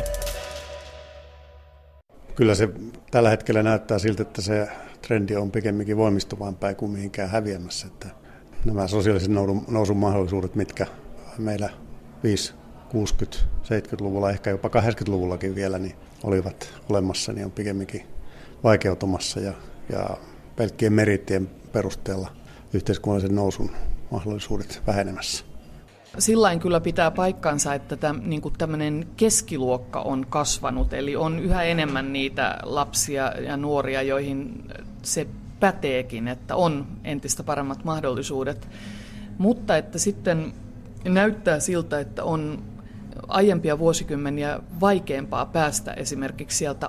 Kyllä se tällä hetkellä näyttää siltä, että se trendi on pikemminkin voimistuvaan päin kuin mihinkään häviämässä. Että nämä sosiaalisen nousun mahdollisuudet, mitkä meillä 5, 60, 70-luvulla, ehkä jopa 80-luvullakin vielä niin olivat olemassa, niin on pikemminkin vaikeutumassa ja pelkkien merittien perusteella yhteiskunnallisen nousun mahdollisuudet vähenemässä. Sillain kyllä pitää paikkansa, että tämmöinen keskiluokka on kasvanut, eli on yhä enemmän niitä lapsia ja nuoria, joihin se päteekin, että on entistä paremmat mahdollisuudet. Mutta että sitten näyttää siltä, että on aiempia vuosikymmeniä vaikeampaa päästä esimerkiksi sieltä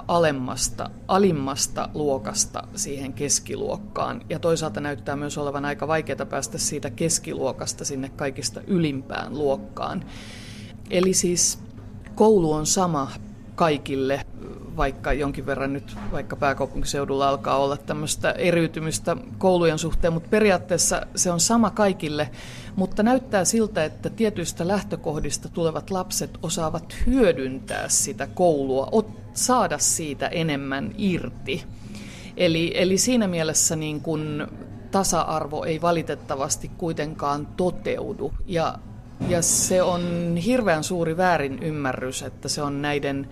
alimmasta luokasta siihen keskiluokkaan. Ja toisaalta näyttää myös olevan aika vaikeaa päästä siitä keskiluokasta sinne kaikista ylimpään luokkaan. Eli siis koulu on sama kaikille, vaikka jonkin verran nyt vaikka pääkaupunkiseudulla alkaa olla tämmöistä eriytymistä koulujen suhteen, mutta periaatteessa se on sama kaikille, mutta näyttää siltä, että tietyistä lähtökohdista tulevat lapset osaavat hyödyntää sitä koulua, saada siitä enemmän irti. Eli siinä mielessä niin kun tasa-arvo ei valitettavasti kuitenkaan toteudu ja se on hirveän suuri väärinymmärrys, että se on näiden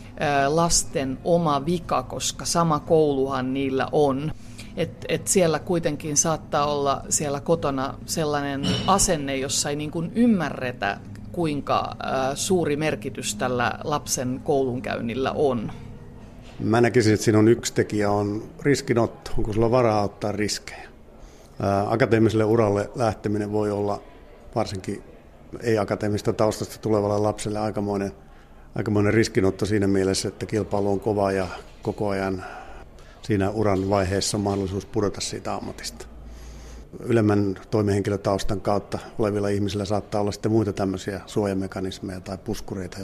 lasten oma vika, koska sama kouluhan niillä on. Et siellä kuitenkin saattaa olla siellä kotona sellainen asenne, jossa ei niin kuin ymmärretä, kuinka suuri merkitys tällä lapsen koulunkäynnillä on. Mä näkisin, että siinä on yksi tekijä, on riskinotto. Onko sulla varaa ottaa riskejä? Akateemiselle uralle lähteminen voi olla varsinkin ei-akateemista taustasta tulevalle lapselle aikamoinen riskinotto siinä mielessä, että kilpailu on kova ja koko ajan siinä uran vaiheessa on mahdollisuus pudota siitä ammatista. Ylemmän toimihenkilötaustan kautta olevilla ihmisillä saattaa olla sitten muita tämmöisiä suojamekanismeja tai puskureita,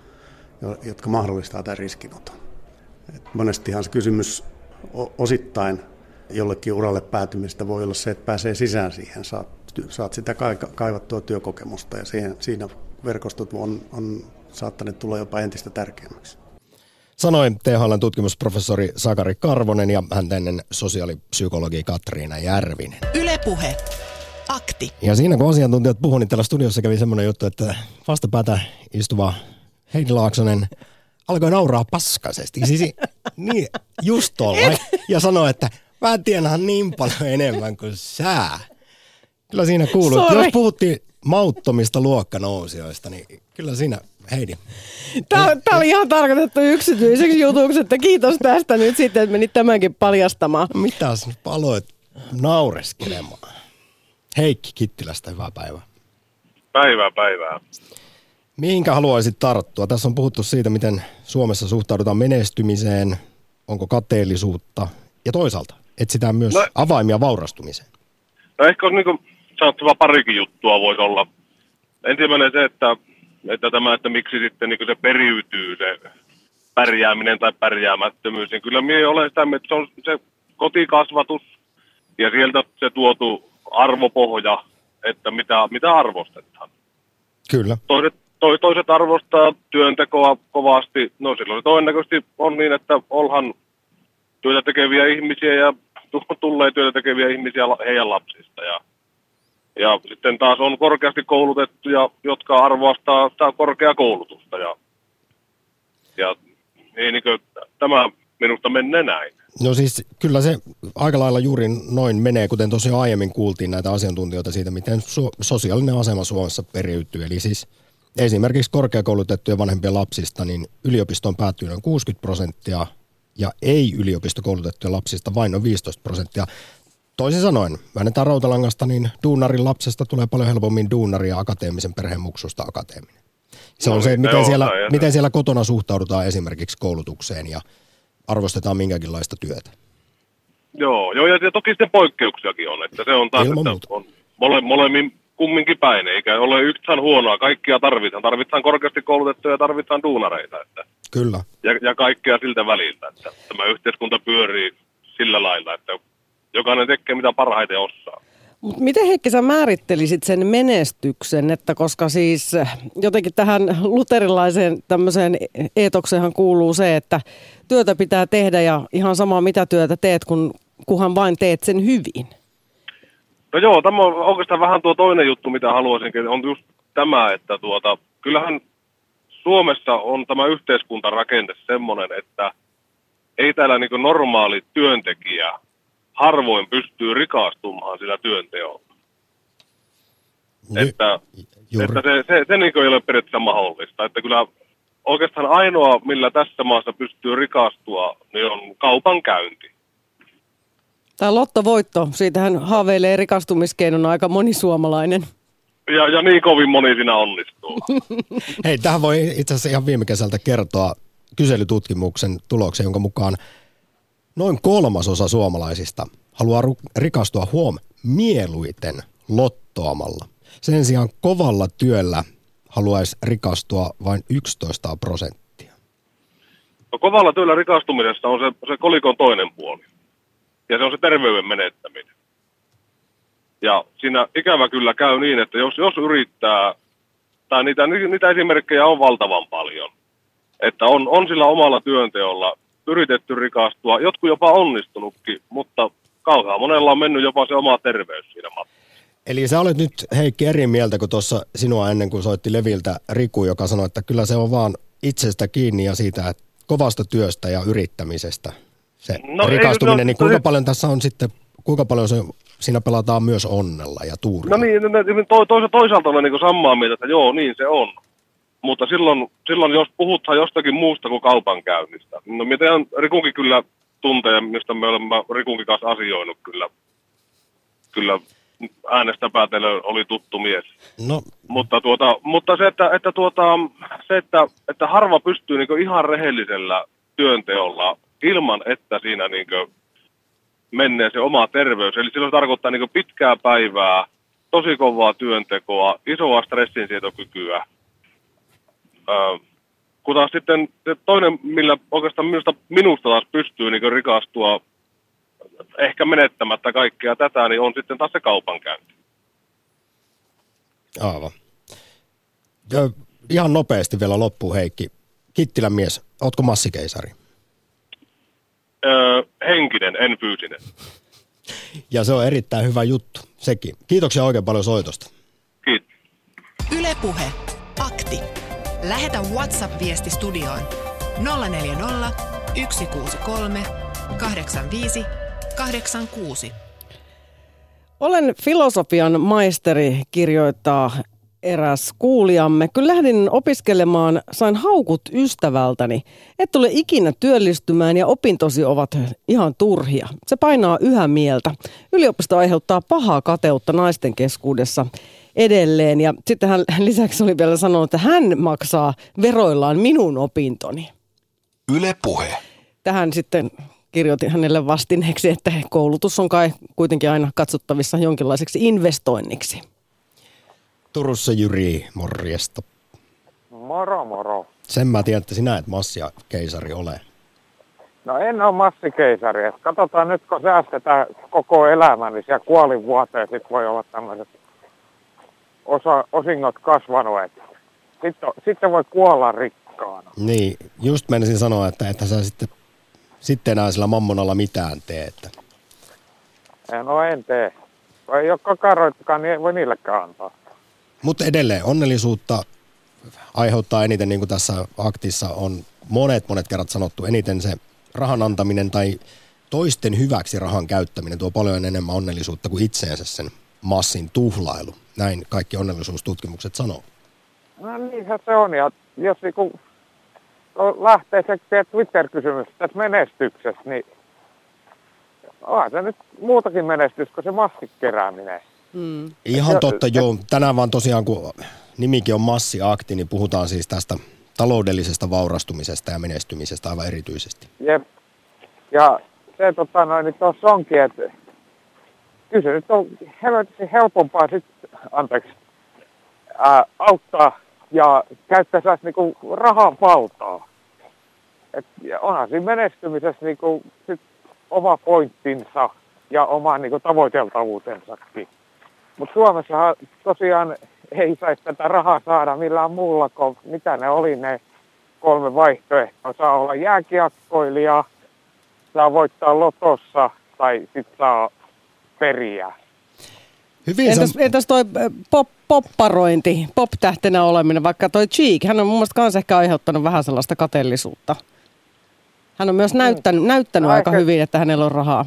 jotka mahdollistaa tämän riskinoton. Monestihan se kysymys osittain jollekin uralle päätymistä voi olla se, että pääsee sisään siihen, saat sitä kaivattua työkokemusta ja siinä verkostot on saattaneet tulla jopa entistä tärkeämmäksi. Sanoi THL:n tutkimusprofessori Sakari Karvonen ja häntä ennen sosiaalipsykologi Katriina Järvinen. Yle Puhe. Akti. Ja siinä kun asiantuntijat puhuivat, niin täällä studiossa kävi semmoinen juttu, että vastapäätä istuva Heidi Laaksonen alkoi nauraa paskaisesti. Siis niin, just tuolla. Ja sanoi, että mä tienaan niin paljon enemmän kuin sä. Kyllä siinä kuuluu. Jos puhuttiin mauttomista luokkanousijoista, niin kyllä siinä, Heidi. Tämä oli ihan tarkoitettu yksityiseksi jutuksi, että kiitos tästä nyt sitten, että menit tämänkin paljastamaan. Mitäs nyt aloit naureskelemaan? Heikki Kittilästä, hyvää päivää. Päivää. Mihinkä haluaisit tarttua? Tässä on puhuttu siitä, miten Suomessa suhtaudutaan menestymiseen, onko kateellisuutta ja toisaalta etsitään myös avaimia vaurastumiseen. No ehkä olisi niin sanottava parikin juttua voisi olla. Ensimmäinen se, että miksi sitten niin se periytyy se pärjääminen tai pärjäämättömyys. Niin kyllä minä olen sitä, että se kotikasvatus ja sieltä se tuotu arvopohja, että mitä arvostetaan. Kyllä. Toiset arvostaa työntekoa kovasti. No silloin se todennäköisesti on niin, että olhan työtä tekeviä ihmisiä ja tulee työtä tekeviä ihmisiä heidän lapsista. Ja sitten taas on korkeasti koulutettuja, jotka arvostaa sitä korkeakoulutusta. Ja ei niinkö tämä minusta menee näin. No siis kyllä se aika lailla juuri noin menee, kuten tosiaan aiemmin kuultiin näitä asiantuntijoita siitä, miten sosiaalinen asema Suomessa periytyy. Eli siis esimerkiksi korkeakoulutettujen vanhempien lapsista, niin yliopistoon päätyy noin 60% ja ei-yliopistokoulutettujen lapsista vain noin 15%. Toisin sanoen, väännetään rautalangasta, niin duunarin lapsesta tulee paljon helpommin duunari ja akateemisen perheen muksusta akateeminen. Se on se, miten siellä kotona suhtaudutaan esimerkiksi koulutukseen ja arvostetaan minkäkinlaista työtä. Joo, ja toki sitten poikkeuksiakin on, että se on taas, ilman että on molemmin kumminkin päin, eikä ole yhtään huonoa, kaikkia tarvitaan korkeasti koulutettuja ja tarvitaan duunareita. Että, kyllä. Ja kaikkea siltä väliltä, että tämä yhteiskunta pyörii sillä lailla, että jokainen tekee mitä parhaiten osaa. Mut miten Heikki sä määrittelisit sen menestyksen, että koska siis jotenkin tähän luterilaiseen tämmöiseen eetokseenhan kuuluu se, että työtä pitää tehdä ja ihan sama mitä työtä teet, kunhan vain teet sen hyvin. No joo, tämä on oikeastaan vähän tuo toinen juttu, mitä haluaisinkin, on just tämä, että kyllähän Suomessa on tämä yhteiskuntarakenne semmoinen, että ei täällä niin kuin normaali työntekijä harvoin pystyy rikastumaan sillä työnteolla. Että se niin kuin ei ole periaatteessa mahdollista. Että kyllä oikeastaan ainoa, millä tässä maassa pystyy rikastua, niin on kaupankäynti. Tämä lottovoitto, siitähän haaveilee rikastumiskeinona aika moni suomalainen. Ja niin kovin moni siinä onnistuu. Hei, tähän voi itse asiassa ihan viime kesältä kertoa kyselytutkimuksen tuloksen, jonka mukaan noin 1/3 suomalaisista haluaa rikastua mieluiten lottoamalla. Sen sijaan kovalla työllä haluaisi rikastua vain 11%. No, kovalla työllä rikastumisesta on se kolikon toinen puoli. Ja se on se terveyden menettäminen. Ja siinä ikävä kyllä käy niin, että jos yrittää, tai niitä esimerkkejä on valtavan paljon, että on sillä omalla työnteolla yritetty rikastua, jotkut jopa onnistunutkin, mutta kauhean monella on mennyt jopa se oma terveys siinä matkassa. Eli sä olet nyt, Heikki, eri mieltä kuin tuossa sinua ennen kuin soitti Leviltä Riku, joka sanoi, että kyllä se on vaan itsestä kiinni ja siitä että kovasta työstä ja yrittämisestä se rikastuminen, niin kuinka paljon tässä on sitten, kuinka paljon siinä pelataan myös onnella ja tuurilla? No niin, toisaalta olen niin samaa mieltä, että joo, niin se on. Mutta silloin jos puhutaan jostakin muusta kuin kaupankäynnistä, no mitä Rikunkin kyllä tuntee, mistä me olemme Rikunkin kanssa asioinut kyllä äänestä päätellen oli tuttu mies. No. Mutta se, että harva pystyy niin ihan rehellisellä työnteolla ilman, että siinä niin menee se oma terveys. Eli silloin se tarkoittaa niin pitkää päivää, tosi kovaa työntekoa, isoa stressinsietokykyä. Kun taas sitten se toinen, millä oikeastaan minusta taas pystyy niin rikastua ehkä menettämättä kaikkea tätä, niin on sitten taas se kaupankäynti. Aivan. Ja ihan nopeasti vielä loppuun, Heikki. Kittilän mies, ootko massikeisari? Henkinen, en fyysinen. Ja se on erittäin hyvä juttu, sekin. Kiitoksia oikein paljon soitosta. Kiitos. Yle Puhe. Akti. Lähetä WhatsApp-viesti studioon 040 163 85 86. Olen filosofian maisteri, kirjoittaa eräs kuulijamme. Kun lähdin opiskelemaan, sain haukut ystävältäni. Et tule ikinä työllistymään ja opintosi ovat ihan turhia. Se painaa yhä mieltä. Yliopisto aiheuttaa pahaa kateutta naisten keskuudessa edelleen. Ja sitten hän lisäksi oli vielä sanonut, että hän maksaa veroillaan minun opintoni. Yle Puhe. Tähän sitten kirjoitin hänelle vastineeksi, että koulutus on kai kuitenkin aina katsottavissa jonkinlaiseksi investoinniksi. Turussa Jyri, morjesta. Moro, moro. Sen mä tiedän, että sinä et massia keisari ole. No en ole massikeisari. Katsotaan nyt, kun säästetään koko elämä, niin siellä kuolinvuoteen sit voi olla tämmöiset osingot kasvanut. Sitten voi kuolla rikkaana. Niin, just menisin sanoa, että sä sitten enää sillä mammonalla mitään tee. No en tee. Kun ei ole kakaroitakaan, niin ei voi niillekään antaa. Mutta edelleen onnellisuutta aiheuttaa eniten, niin kuin tässä aktissa on monet kerrat sanottu, eniten se rahan antaminen tai toisten hyväksi rahan käyttäminen tuo paljon enemmän onnellisuutta kuin itseensä sen massin tuhlailu. Näin kaikki onnellisuustutkimukset sanoo. No niinhän se on. Ja jos niinku lähtee se Twitter-kysymys tässä menestyksessä, niin onhan se nyt muutakin menestys kuin se massin kerääminen. Ihan totta, joo. Tänään vaan tosiaan, kun nimikin on massiakti, niin puhutaan siis tästä taloudellisesta vaurastumisesta ja menestymisestä aivan erityisesti. Jep. Ja se niin tuossa onkin, että kyllä se nyt on helpompaa auttaa ja käyttää niinku rahan valtaa. Ja onhan siinä menestymisessä niinku sit oma pointtinsa ja oma niinku tavoiteltavuutensakin. Mutta Suomessahan tosiaan ei saisi tätä rahaa saada millään muulla kuin mitä ne oli ne 3 vaihtoehtoa. Saa olla jääkiekkoilija, saa voittaa lotossa tai sitten saa periä. Entäs toi popparointi, pop-tähtenä oleminen, vaikka toi Cheek, hän on mun mielestä kans ehkä aiheuttanut vähän sellaista kateellisuutta. Hän on myös näyttänyt aika hyvin, että hänellä on rahaa.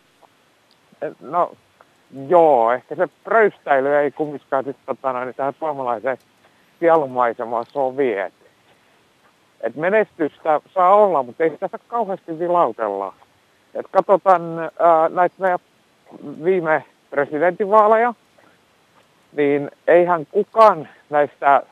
No joo, ehkä se pröystäily ei kumminkaan sitten niin tähän suomalaiseen sielunmaisemaan sovi. Et menestystä saa olla, mutta ei sitä saa kauheasti vilautella. Et katsotaan näitä meidän viime presidentinvaaleja, niin eihän kukaan näistä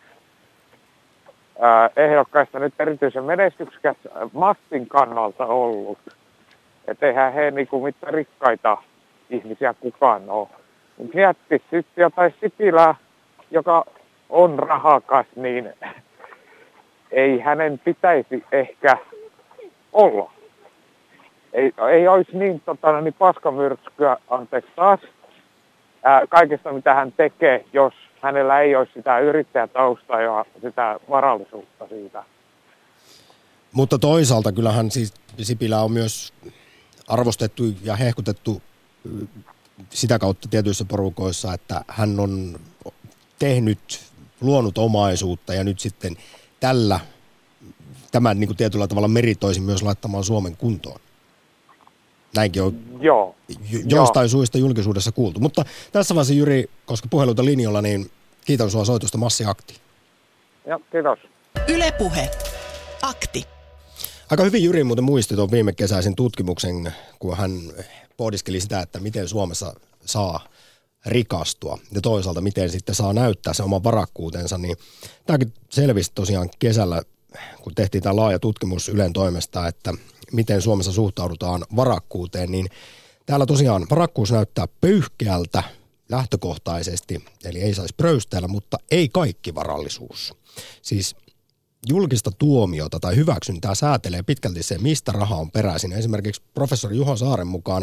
ehdokkaista nyt erityisen menestyksekäs massin kannalta ollut. Että eihän he niinku mitään rikkaita ihmisiä kukaan ole. Mutta miettisi sitten jotain Sipilää, joka on rahakas, niin ei hänen pitäisi ehkä olla. Ei olisi niin paskamyrskyä, anteeksi taas, kaikesta mitä hän tekee, jos hänellä ei olisi sitä yrittäjätaustaa ja sitä varallisuutta siitä. Mutta toisaalta kyllähän siis Sipilä on myös arvostettu ja hehkutettu sitä kautta tietyissä porukoissa, että hän on luonut omaisuutta ja nyt sitten tämän niin kuin tietyllä tavalla meritoisi myös laittamaan Suomen kuntoon. Näinkin on jostain suista julkisuudessa kuultu. Mutta tässä vaiheessa Jyri, koska puheluita linjalla, niin kiitän sinua soitosta massiakti. Joo, kiitos. Yle Puhe. Akti. Aika hyvin Jyri muuten muisti tuon viime kesäisen tutkimuksen, kun hän pohdiskeli sitä, että miten Suomessa saa rikastua ja toisaalta miten sitten saa näyttää se oman varakkuutensa. Niin tämäkin selvisi tosiaan kesällä, kun tehtiin tämä laaja tutkimus Ylen toimesta, että miten Suomessa suhtaudutaan varakkuuteen, niin täällä tosiaan varakkuus näyttää pöyhkeältä lähtökohtaisesti, eli ei saisi pröystäillä, mutta ei kaikki varallisuus. Siis julkista tuomiota tai hyväksyntää säätelee pitkälti se, mistä raha on peräisin. Esimerkiksi professori Juho Saaren mukaan,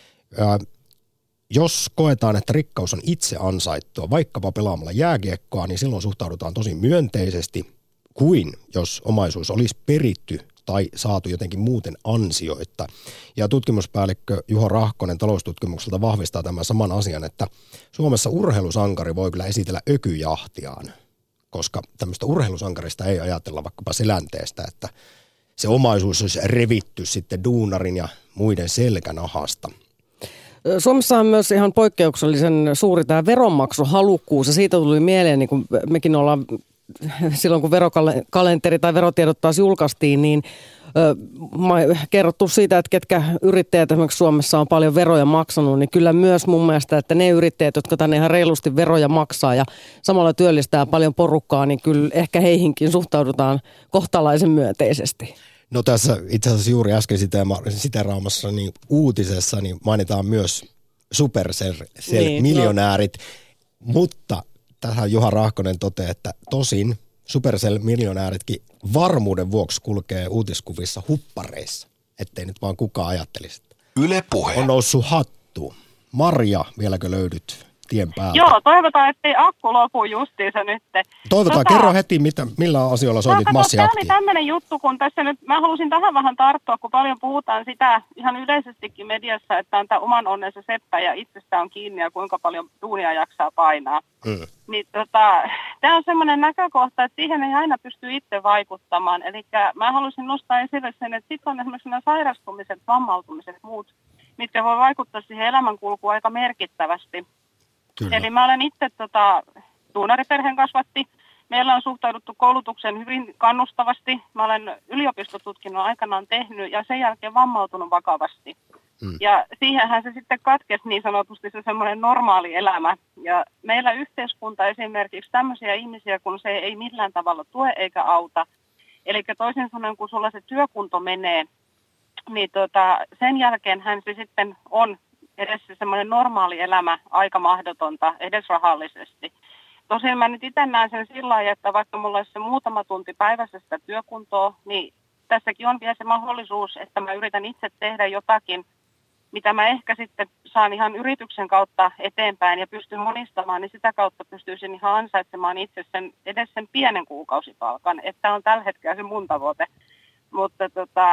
jos koetaan, että rikkaus on itse ansaittua, vaikkapa pelaamalla jääkiekkoa, niin silloin suhtaudutaan tosi myönteisesti, kuin jos omaisuus olisi peritty tai saatu jotenkin muuten ansioitta. Ja tutkimuspäällikkö Juho Rahkonen taloustutkimukselta vahvistaa tämän saman asian, että Suomessa urheilusankari voi kyllä esitellä ökyjahtiaan, koska tämmöistä urheilusankarista ei ajatella vaikkapa selänteestä, että se omaisuus olisi revitty sitten duunarin ja muiden selkänahasta. Suomessa on myös ihan poikkeuksellisen suuri tämä veronmaksuhalukkuus ja siitä tuli mieleen, niin kun mekin ollaan silloin kun verokalenteri tai verotiedot taas julkaistiin, niin kerrottu siitä, että ketkä yrittäjät esimerkiksi Suomessa on paljon veroja maksanut, niin kyllä myös mun mielestä, että ne yrittäjät, jotka tänne ihan reilusti veroja maksaa ja samalla työllistää paljon porukkaa, niin kyllä ehkä heihinkin suhtaudutaan kohtalaisen myönteisesti. No tässä itse asiassa juuri äsken siteeraamassa niin uutisessa niin mainitaan myös Supercell-miljonäärit, mutta tähän Juha Rahkonen toteaa, että tosin Supercell-miljonääritkin varmuuden vuoksi kulkee uutiskuvissa huppareissa. ettei nyt vaan kukaan ajattelisi. Yle Puhe. On noussut hattu. Marja, vieläkö löydyt tien päältä? Joo, toivotaan, ettei akku lopu justiinsa nyt. Toivotaan, kerro heti, millä asioilla soitit massiaktiin. Tämä oli tämmöinen juttu, kun tässä nyt, mä halusin tähän vähän tarttua, kun paljon puhutaan sitä ihan yleisestikin mediassa, että on tämä oman onnensa seppä ja itsestään on kiinni ja kuinka paljon duunia jaksaa painaa. Niin tämä on semmoinen näkökohta, että siihen ei aina pysty itse vaikuttamaan. Eli mä halusin nostaa esille sen, että sitten on esimerkiksi nämä sairastumiset, vammautumiset, muut, mitkä voi vaikuttaa siihen elämänkulkuun aika merkittävästi. Kyllä. Eli mä olen itse duunariperheen kasvatti. Meillä on suhtauduttu koulutuksen hyvin kannustavasti. Mä olen yliopistotutkinnon aikanaan tehnyt ja sen jälkeen vammautunut vakavasti. Ja siihenhän se sitten katkesi niin sanotusti se semmoinen normaali elämä. Ja meillä yhteiskunta esimerkiksi tämmöisiä ihmisiä, kun se ei millään tavalla tue eikä auta. Eli toisin sanoen, kun sulla se työkunto menee, niin sen jälkeenhän se sitten on edes se semmoinen normaali elämä aika mahdotonta, edes rahallisesti. Tosin mä nyt itse näen sen sillä lailla, että vaikka mulla olisi se muutama tunti päivässä sitä työkuntoa, niin tässäkin on vielä se mahdollisuus, että mä yritän itse tehdä jotakin, mitä mä ehkä sitten saan ihan yrityksen kautta eteenpäin ja pystyn monistamaan, niin sitä kautta pystyisin ihan ansaitsemaan itse edes sen pienen kuukausipalkan. Että on tällä hetkellä se mun tavoite. Mutta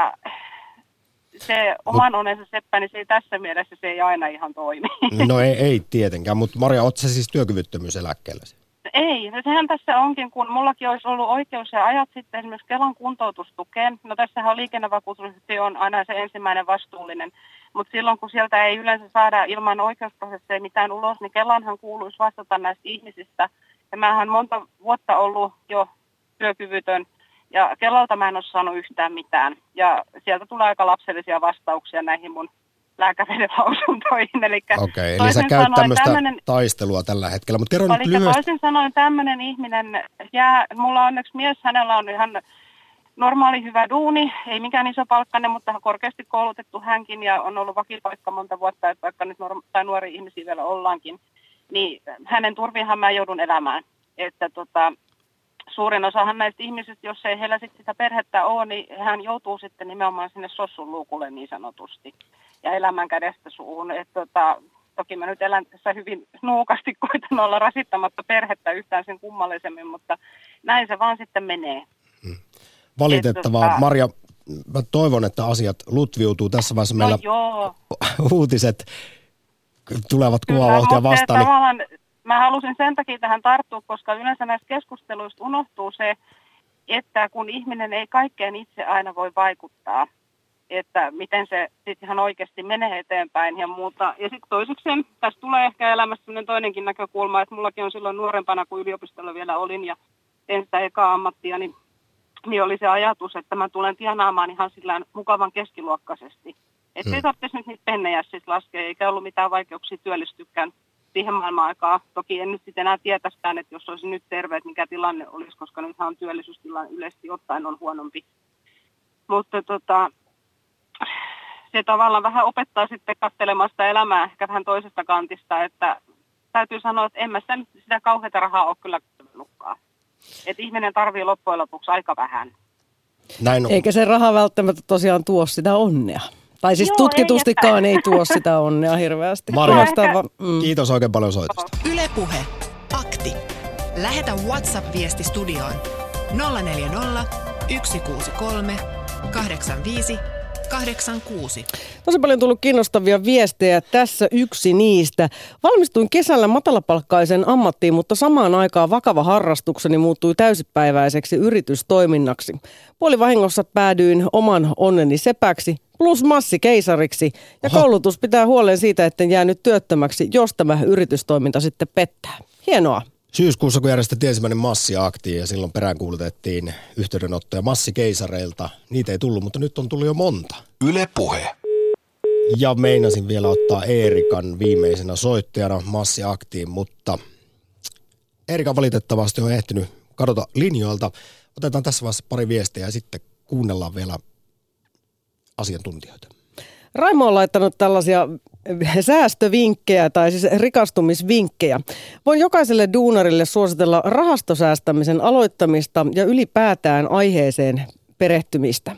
se oman onnensa seppä, niin se ei tässä mielessä se ei aina ihan toimi. No ei tietenkään, mutta Marja, ootko sä siis työkyvyttömyyseläkkeellä? Ei, sehän tässä onkin, kun mullakin olisi ollut oikeus ja ajat sitten esimerkiksi Kelan kuntoutustukeen. No tässähän on liikennevakuutusyhtiö on aina se ensimmäinen vastuullinen, mutta silloin kun sieltä ei yleensä saada ilman oikeusprosesseja mitään ulos, niin Kelanhan kuuluisi vastata näistä ihmisistä. Ja mä oon monta vuotta ollut jo työkyvytön. Ja Kelalta mä en ole saanut yhtään mitään. Ja sieltä tulee aika lapsellisia vastauksia näihin mun lääkäreiden lausuntoihin. Okei, eli sä käyt tämmöistä taistelua tällä hetkellä. Mutta kerro nyt lyhyesti. Toisin sanoen tämmöinen ihminen mulla on onneksi mies, hänellä on ihan normaali hyvä duuni, ei mikään iso palkkainen, mutta korkeasti koulutettu hänkin ja on ollut vakipaikka monta vuotta, että vaikka nyt nuori ihmisiä vielä ollaankin, niin hänen turviinhan mä joudun elämään. Että suurin osahan näistä ihmisistä, jos ei heillä sitten sitä perhettä ole, niin hän joutuu sitten nimenomaan sinne sossun luukulle niin sanotusti ja elämän kädestä suuhun. Toki mä nyt elän tässä hyvin nuukasti, koitan olla rasittamatta perhettä yhtään sen kummallisemmin, mutta näin se vaan sitten menee. Valitettavaa. Marja, mä toivon, että asiat lutviutuu. Tässä vaiheessa meillä uutiset tulevat kuvavauhtia vastaan. Mä halusin sen takia tähän tarttua, koska yleensä näistä keskusteluista unohtuu se, että kun ihminen ei kaikkeen itse aina voi vaikuttaa, että miten se sitten ihan oikeasti menee eteenpäin ja muuta. Ja sitten toisekseen, tässä tulee ehkä elämässä sellainen toinenkin näkökulma, että mullakin on silloin nuorempana, kun yliopistolla vielä olin ja tein sitä ekaa ammattia, niin oli se ajatus, että mä tulen tienaamaan ihan sillään mukavan keskiluokkaisesti. Että ei tarvitsisi nyt niitä pennejä siis laskea, eikä ollut mitään vaikeuksia työllistykään siihen maailman aikaa. Toki en nyt sitten enää tietäskään, että jos olisi nyt terve, että mikä tilanne olisi, koska nythän on työllisyystilanne yleisesti ottaen on huonompi. Mutta se tavallaan vähän opettaa sitten katselemaan sitä elämää ehkä vähän toisesta kantista, että täytyy sanoa, että en mä sitä kauheata rahaa ole kyllä katsellutkaan. Että ihminen tarvii loppujen lopuksi aika vähän. Näin on. Eikä se raha välttämättä tosiaan tuo sitä onnea. Tai siis tutkitustikaan ei tuo sitä onnea hirveästi. Marja, kiitos oikein paljon soitosta. Yle Puhe. Akti. Lähetä WhatsApp-viesti studioon 040 163 85 86. Tosi paljon tullut kiinnostavia viestejä. Tässä yksi niistä. Valmistuin kesällä matalapalkkaisen ammattiin, mutta samaan aikaan vakava harrastukseni muuttui täysipäiväiseksi yritystoiminnaksi. Puolivahingossa päädyin oman onneni sepäksi plus massikeisariksi. Ja koulutus pitää huolen siitä, etten jäänyt työttömäksi, jos tämä yritystoiminta sitten pettää. Hienoa. Syyskuussa, kun järjestettiin ensimmäinen massiakti ja silloin peräänkuulutettiin yhteydenottoja massikeisareilta. Niitä ei tullut, mutta nyt on tullut jo monta. Yle Puhe. Ja meinasin vielä ottaa Eerikan viimeisenä soittajana massiaktiin, mutta Eerika valitettavasti on ehtinyt kadota linjoilta. Otetaan tässä vaiheessa pari viestiä ja sitten kuunnellaan vielä asiantuntijoita. Raimo on laittanut tällaisia säästövinkkejä tai siis rikastumisvinkkejä. Voin jokaiselle duunarille suositella rahastosäästämisen aloittamista ja ylipäätään aiheeseen perehtymistä.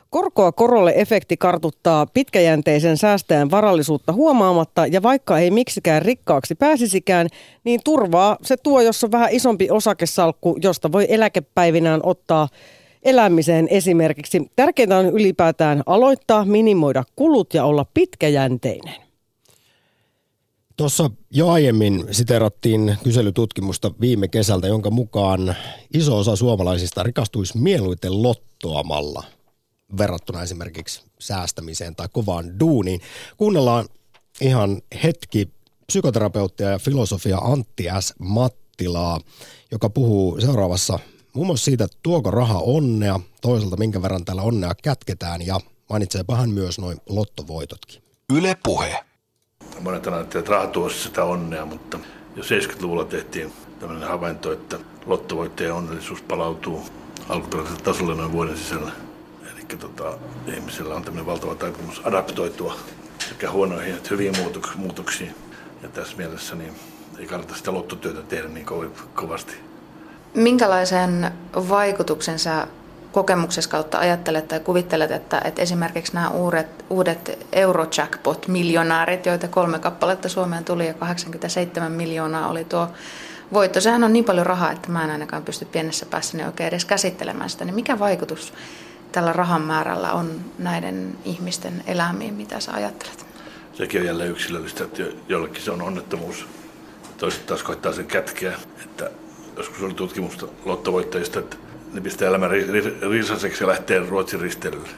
Korkoa korolle -efekti kartuttaa pitkäjänteisen säästäjän varallisuutta huomaamatta, ja vaikka ei miksikään rikkaaksi pääsisikään, niin turvaa se tuo, jos on vähän isompi osakesalkku, josta voi eläkepäivinään ottaa elämiseen esimerkiksi. Tärkeintä on ylipäätään aloittaa, minimoida kulut ja olla pitkäjänteinen. Tuossa jo aiemmin siteerattiin kyselytutkimusta viime kesältä, jonka mukaan iso osa suomalaisista rikastuisi mieluiten lottoamalla verrattuna esimerkiksi säästämiseen tai kovaan duuniin. Kuunnellaan ihan hetki psykoterapeuttia ja filosofia Antti S. Mattilaa, joka puhuu seuraavassa muun muassa siitä, että tuoko raha onnea, toisaalta minkä verran täällä onnea kätketään, ja mainitseepa hän myös noin lottovoitotkin. Yle Puhe. Monet ajattelevat, että raha tuossa sitä onnea, mutta jo 70-luvulla tehtiin tämmöinen havainto, että lottovoittajien onnellisuus palautuu alkuperäiselle tasolle noin vuoden sisällä. Eli ihmisellä on tämmöinen valtava taipumus adaptoitua sekä huonoihin että hyviin muutoksiin. Ja tässä mielessä niin ei kannata sitä lottotyötä tehdä niin kovasti. Minkälaisen vaikutuksen sä kokemuksessa kautta ajattelet tai kuvittelet, että esimerkiksi nämä uudet Eurojackpot-miljonäärit, joita 3 kappaletta Suomeen tuli ja 87 miljoonaa oli tuo voitto. Sehän on niin paljon rahaa, että mä en ainakaan pysty pienessä päässäni oikein edes käsittelemään sitä. Niin mikä vaikutus tällä rahan määrällä on näiden ihmisten elämiin, mitä sä ajattelet? Sekin on jälleen yksilöllistä, että jollekin se on onnettomuus. Toiset taas koittaa sen kätkeä, että joskus oli tutkimusta lottovoittajista, että ne pistää elämän riisaseksi ja lähtee Ruotsin risteilylle.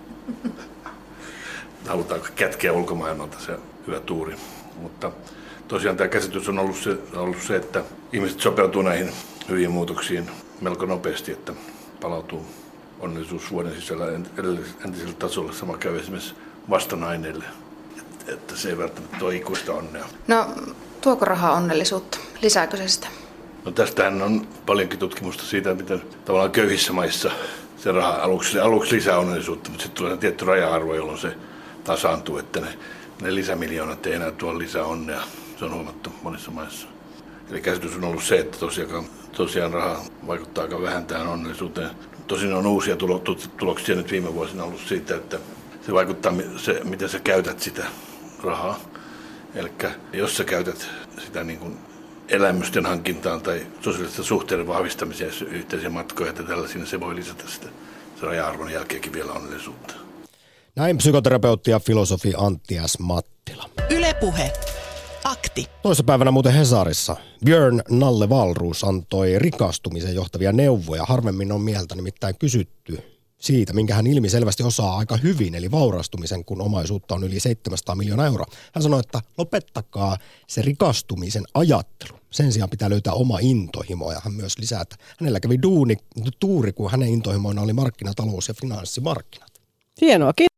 Halutaanko kätkeä ulkomaailmalta se hyvä tuuri. Mutta tosiaan tämä käsitys on ollut se, että ihmiset sopeutuu näihin hyviin muutoksiin melko nopeasti, että palautuu onnellisuus vuoden sisällä entiselle tasolle. Sama käy esimerkiksi vastanaineille, että se ei välttämättä ole ikuista onnea. No, tuoko raha onnellisuutta? Lisääkö se sitä? No tästähän on paljonkin tutkimusta siitä, miten tavallaan köyhissä maissa se raha aluksi lisää onnellisuutta, mutta sitten tulee tietty raja-arvo, jolloin se tasaantuu, että ne lisämiljoonat ei enää tuo lisää onnea. Se on huomattu monissa maissa. Eli käsitys on ollut se, että tosiaan raha vaikuttaa aika vähän tähän onnellisuuteen. Tosin on uusia tuloksia nyt viime vuosina ollut siitä, että se vaikuttaa se, miten sä käytät sitä rahaa. Eli jos sä käytät sitä niin kuin elämysten hankintaan tai sosiaalisten suhteiden vahvistamiseen, yhteisiä matkoja ja tällaisia, se voi lisätä sitä se raja-arvon jälkeenkin vielä onnellisuutta. Näin psykoterapeutti ja filosofi Antti S. Mattila. Yle Puhe. Akti. Toissapäivänä muuten Hesarissa Björn Nalle Wahlroos antoi rikastumisen johtavia neuvoja. Harvemmin on mieltä nimittäin kysytty siitä, minkä hän ilmiselvästi osaa aika hyvin, eli vaurastumisen, kun omaisuutta on yli 700 miljoonaa euroa. Hän sanoi, että lopettakaa se rikastumisen ajattelu. Sen sijaan pitää löytää oma intohimo, ja hän myös lisää, että hänellä kävi tuuri, kun hänen intohimoina oli markkinatalous ja finanssimarkkinat. Hienoa.